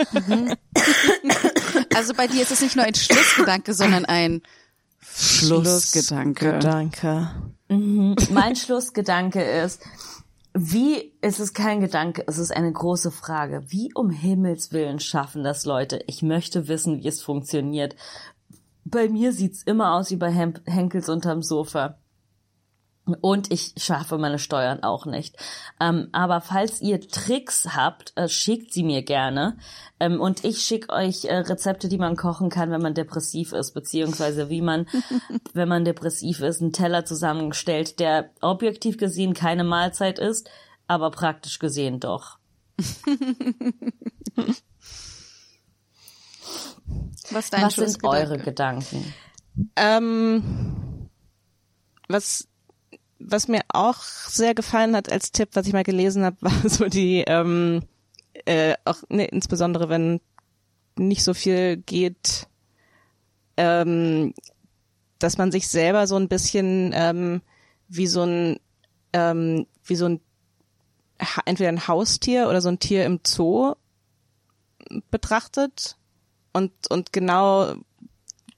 [SPEAKER 1] Also bei dir ist es nicht nur ein Schlussgedanke, sondern ein Schlussgedanke.
[SPEAKER 2] Schlussgedanke.
[SPEAKER 4] Mhm. Mein Schlussgedanke ist, wie, es ist kein Gedanke, es ist eine große Frage. Wie um Himmels Willen schaffen das Leute? Ich möchte wissen, wie es funktioniert. Bei mir sieht's immer aus wie bei Hen- Henkels unterm Sofa. Und ich schaffe meine Steuern auch nicht. Ähm, aber falls ihr Tricks habt, äh, schickt sie mir gerne. Ähm, und ich schicke euch äh, Rezepte, die man kochen kann, wenn man depressiv ist, beziehungsweise wie man, wenn man depressiv ist, einen Teller zusammenstellt, der objektiv gesehen keine Mahlzeit ist, aber praktisch gesehen doch.
[SPEAKER 1] Was, dein
[SPEAKER 4] was sind eure Gedanken?
[SPEAKER 2] Ähm, was was mir auch sehr gefallen hat als Tipp, was ich mal gelesen habe, war so die ähm, äh, auch ne, insbesondere wenn nicht so viel geht, ähm, dass man sich selber so ein bisschen ähm, wie so ein ähm, wie so ein entweder ein Haustier oder so ein Tier im Zoo betrachtet und und genau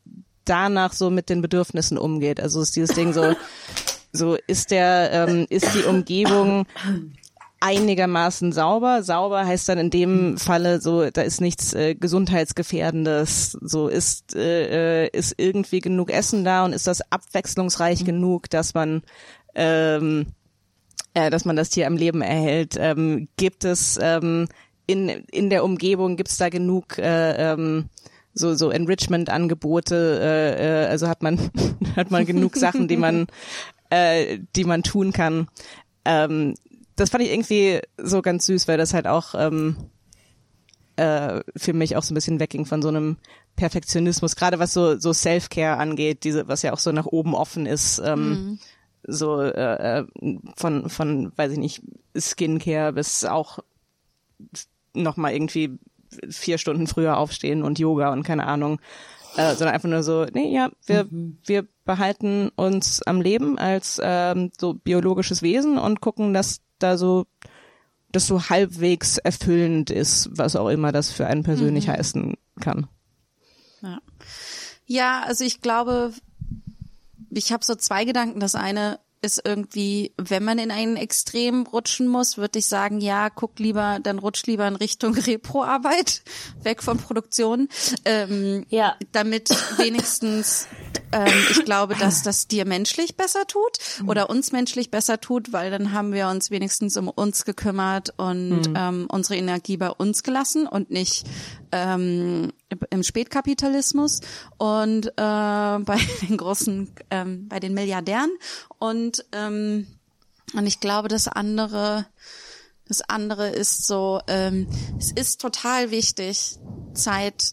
[SPEAKER 2] danach so mit den Bedürfnissen umgeht. Also ist dieses Ding so, so ist der, ähm, ist die Umgebung einigermaßen sauber. Sauber heißt dann in dem Falle so, da ist nichts äh, Gesundheitsgefährdendes. So ist äh, ist irgendwie genug Essen da und ist das abwechslungsreich mhm. genug, dass man ähm, äh, dass man das Tier am Leben erhält. Ähm, gibt es ähm, in in der Umgebung gibt's da genug äh, ähm, so so Enrichment-Angebote. Äh, äh, also hat man hat man genug Sachen, die man äh, die man tun kann. Ähm, Das fand ich irgendwie so ganz süß, weil das halt auch ähm, äh, für mich auch so ein bisschen wegging von so einem Perfektionismus, gerade was so so Self-Care angeht, diese was ja auch so nach oben offen ist, ähm, mhm. so äh, von von weiß ich nicht Skincare bis auch nochmal irgendwie vier Stunden früher aufstehen und Yoga und keine Ahnung, äh, sondern einfach nur so, nee, ja, wir mhm. wir behalten uns am Leben als ähm, so biologisches Wesen und gucken, dass da so, das so halbwegs erfüllend ist, was auch immer das für einen persönlich mhm. heißen kann.
[SPEAKER 1] Ja. ja, also ich glaube, ich habe so zwei Gedanken. Das eine ist irgendwie, wenn man in einen Extrem rutschen muss, würde ich sagen, ja, guck lieber, dann rutsch lieber in Richtung Repro-Arbeit, weg von Produktion, ähm, ja. damit wenigstens ähm, ich glaube, dass das dir menschlich besser tut oder uns menschlich besser tut, weil dann haben wir uns wenigstens um uns gekümmert und mhm. ähm, unsere Energie bei uns gelassen und nicht ähm, im Spätkapitalismus und äh, bei den großen, ähm, bei den Milliardären und ähm, und ich glaube, das andere, das andere ist so, ähm, es ist total wichtig, Zeit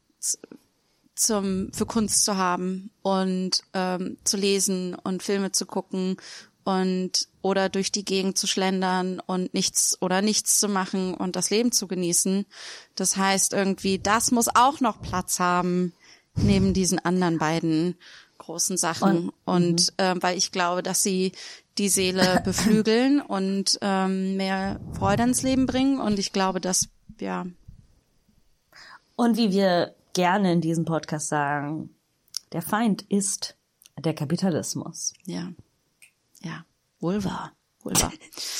[SPEAKER 1] zum für Kunst zu haben und ähm, zu lesen und Filme zu gucken und oder durch die Gegend zu schlendern und nichts oder nichts zu machen und das Leben zu genießen. Das heißt irgendwie, das muss auch noch Platz haben neben diesen anderen beiden großen Sachen und, und äh, weil ich glaube, dass sie die Seele beflügeln und ähm, mehr Freude ins Leben bringen und ich glaube, dass ja
[SPEAKER 4] und wie wir gerne in diesem Podcast sagen, der Feind ist der Kapitalismus.
[SPEAKER 1] Ja, ja, wohl wahr, wohl wahr.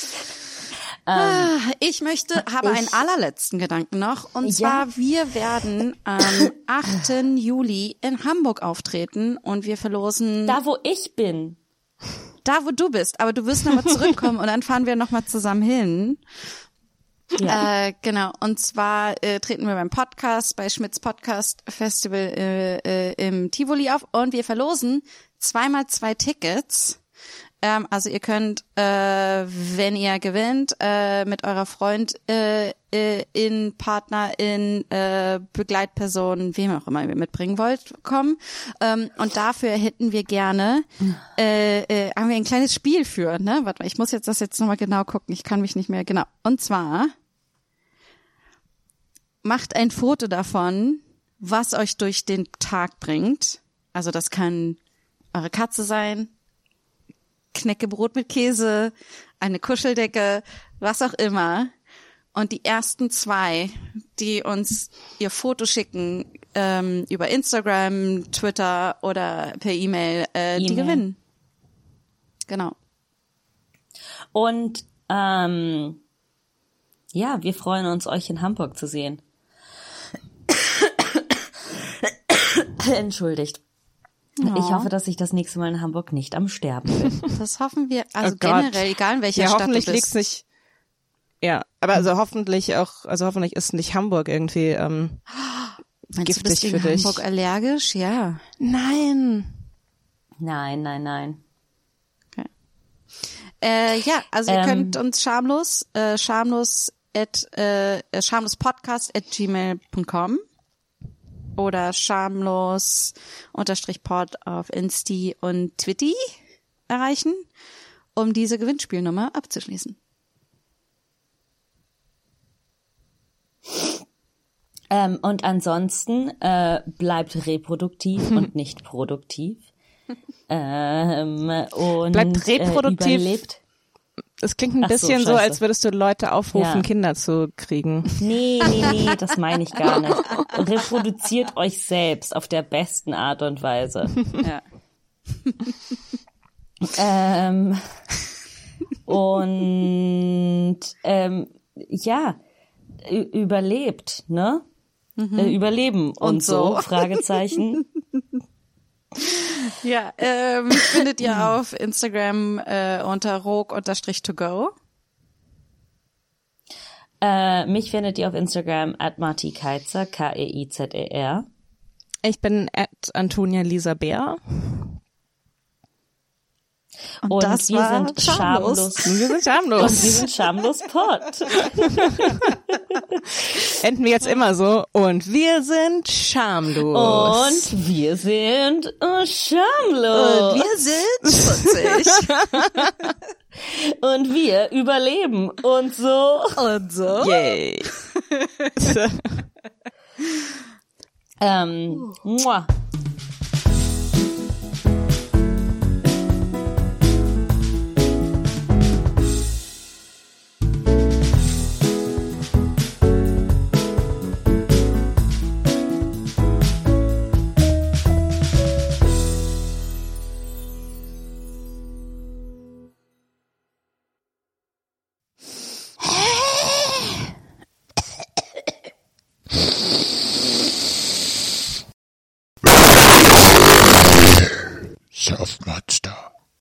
[SPEAKER 1] ähm, ich möchte, habe ich, einen allerletzten Gedanken noch und zwar, ja. wir werden am achten Juli in Hamburg auftreten und wir verlosen...
[SPEAKER 4] Da, wo ich bin.
[SPEAKER 1] Da, wo du bist, aber du wirst nochmal zurückkommen und dann fahren wir nochmal zusammen hin. Ja. Äh, genau, und zwar äh, treten wir beim Podcast, bei Schmitz Podcast Festival äh, äh, im Tivoli auf und wir verlosen zweimal zwei Tickets. Ähm, also ihr könnt, äh, wenn ihr gewinnt, äh, mit eurer Freund äh, äh, in Partner, in äh, Begleitperson, wem auch immer ihr mitbringen wollt, kommen. Ähm, und dafür hätten wir gerne, äh, äh, haben wir ein kleines Spiel für, ne? Warte mal, ich muss jetzt das jetzt nochmal genau gucken, ich kann mich nicht mehr, genau. Und zwar, macht ein Foto davon, was euch durch den Tag bringt. Also das kann eure Katze sein, Knäckebrot mit Käse, eine Kuscheldecke, was auch immer. Und die ersten zwei, die uns ihr Foto schicken, ähm, über Instagram, Twitter oder per E-Mail, äh, E-Mail. die gewinnen. Genau.
[SPEAKER 4] Und ähm, ja, wir freuen uns, euch in Hamburg zu sehen. Entschuldigt. Oh. Ich hoffe, dass ich das nächste Mal in Hamburg nicht am Sterben bin.
[SPEAKER 1] Das hoffen wir, also oh generell, egal in welcher
[SPEAKER 2] ja,
[SPEAKER 1] Stadt
[SPEAKER 2] hoffentlich
[SPEAKER 1] du bist.
[SPEAKER 2] Liegt's nicht, ja, aber also hoffentlich auch, also hoffentlich ist nicht Hamburg irgendwie ähm,
[SPEAKER 1] Meinst
[SPEAKER 2] giftig
[SPEAKER 1] du bist
[SPEAKER 2] für
[SPEAKER 1] gegen
[SPEAKER 2] dich.
[SPEAKER 1] Hamburg allergisch? Ja.
[SPEAKER 2] Nein.
[SPEAKER 4] Nein, nein, nein.
[SPEAKER 1] Okay. Äh, ja, also ihr
[SPEAKER 4] ähm,
[SPEAKER 1] könnt uns schamlos, äh, schamlos at, äh, schamlospodcast at gmail punkt com oder schamlos unterstrich pod auf Insti und Twitter erreichen, um diese Gewinnspielnummer abzuschließen.
[SPEAKER 4] Ähm, und ansonsten äh, bleibt reproduktiv und nicht produktiv. Ähm, und
[SPEAKER 2] bleibt reproduktiv.
[SPEAKER 4] Äh, überlebt.
[SPEAKER 2] Es klingt ein
[SPEAKER 4] Ach
[SPEAKER 2] bisschen
[SPEAKER 4] so,
[SPEAKER 2] so, als würdest du Leute aufrufen,
[SPEAKER 4] ja.
[SPEAKER 2] Kinder zu kriegen.
[SPEAKER 4] Nee, nee, nee, das meine ich gar nicht. reproduziert euch selbst auf der besten Art und Weise.
[SPEAKER 1] Ja.
[SPEAKER 4] ähm, und ähm, ja, ü- überlebt, ne? Mhm. Äh, überleben und, und so. so, Fragezeichen.
[SPEAKER 1] Ja, ähm, findet ihr auf Instagram äh, unter rog-to-go.
[SPEAKER 4] Äh, mich findet ihr auf Instagram at Marti Keizer, K E I Z E R.
[SPEAKER 2] Ich bin at Antonia Lisa Bär.
[SPEAKER 1] Und,
[SPEAKER 4] und
[SPEAKER 1] das
[SPEAKER 4] wir
[SPEAKER 1] war
[SPEAKER 4] sind
[SPEAKER 1] schamlos.
[SPEAKER 4] schamlos.
[SPEAKER 2] Wir sind schamlos.
[SPEAKER 4] Und wir sind schamlos Pod.
[SPEAKER 2] Enden wir jetzt immer so. Und wir sind schamlos.
[SPEAKER 4] Und wir sind uh, schamlos.
[SPEAKER 1] Und wir sind putzig.
[SPEAKER 4] Und wir überleben. Und so.
[SPEAKER 1] Und so.
[SPEAKER 2] Yay.
[SPEAKER 4] ähm, muah.
[SPEAKER 5] Self-Blood Star.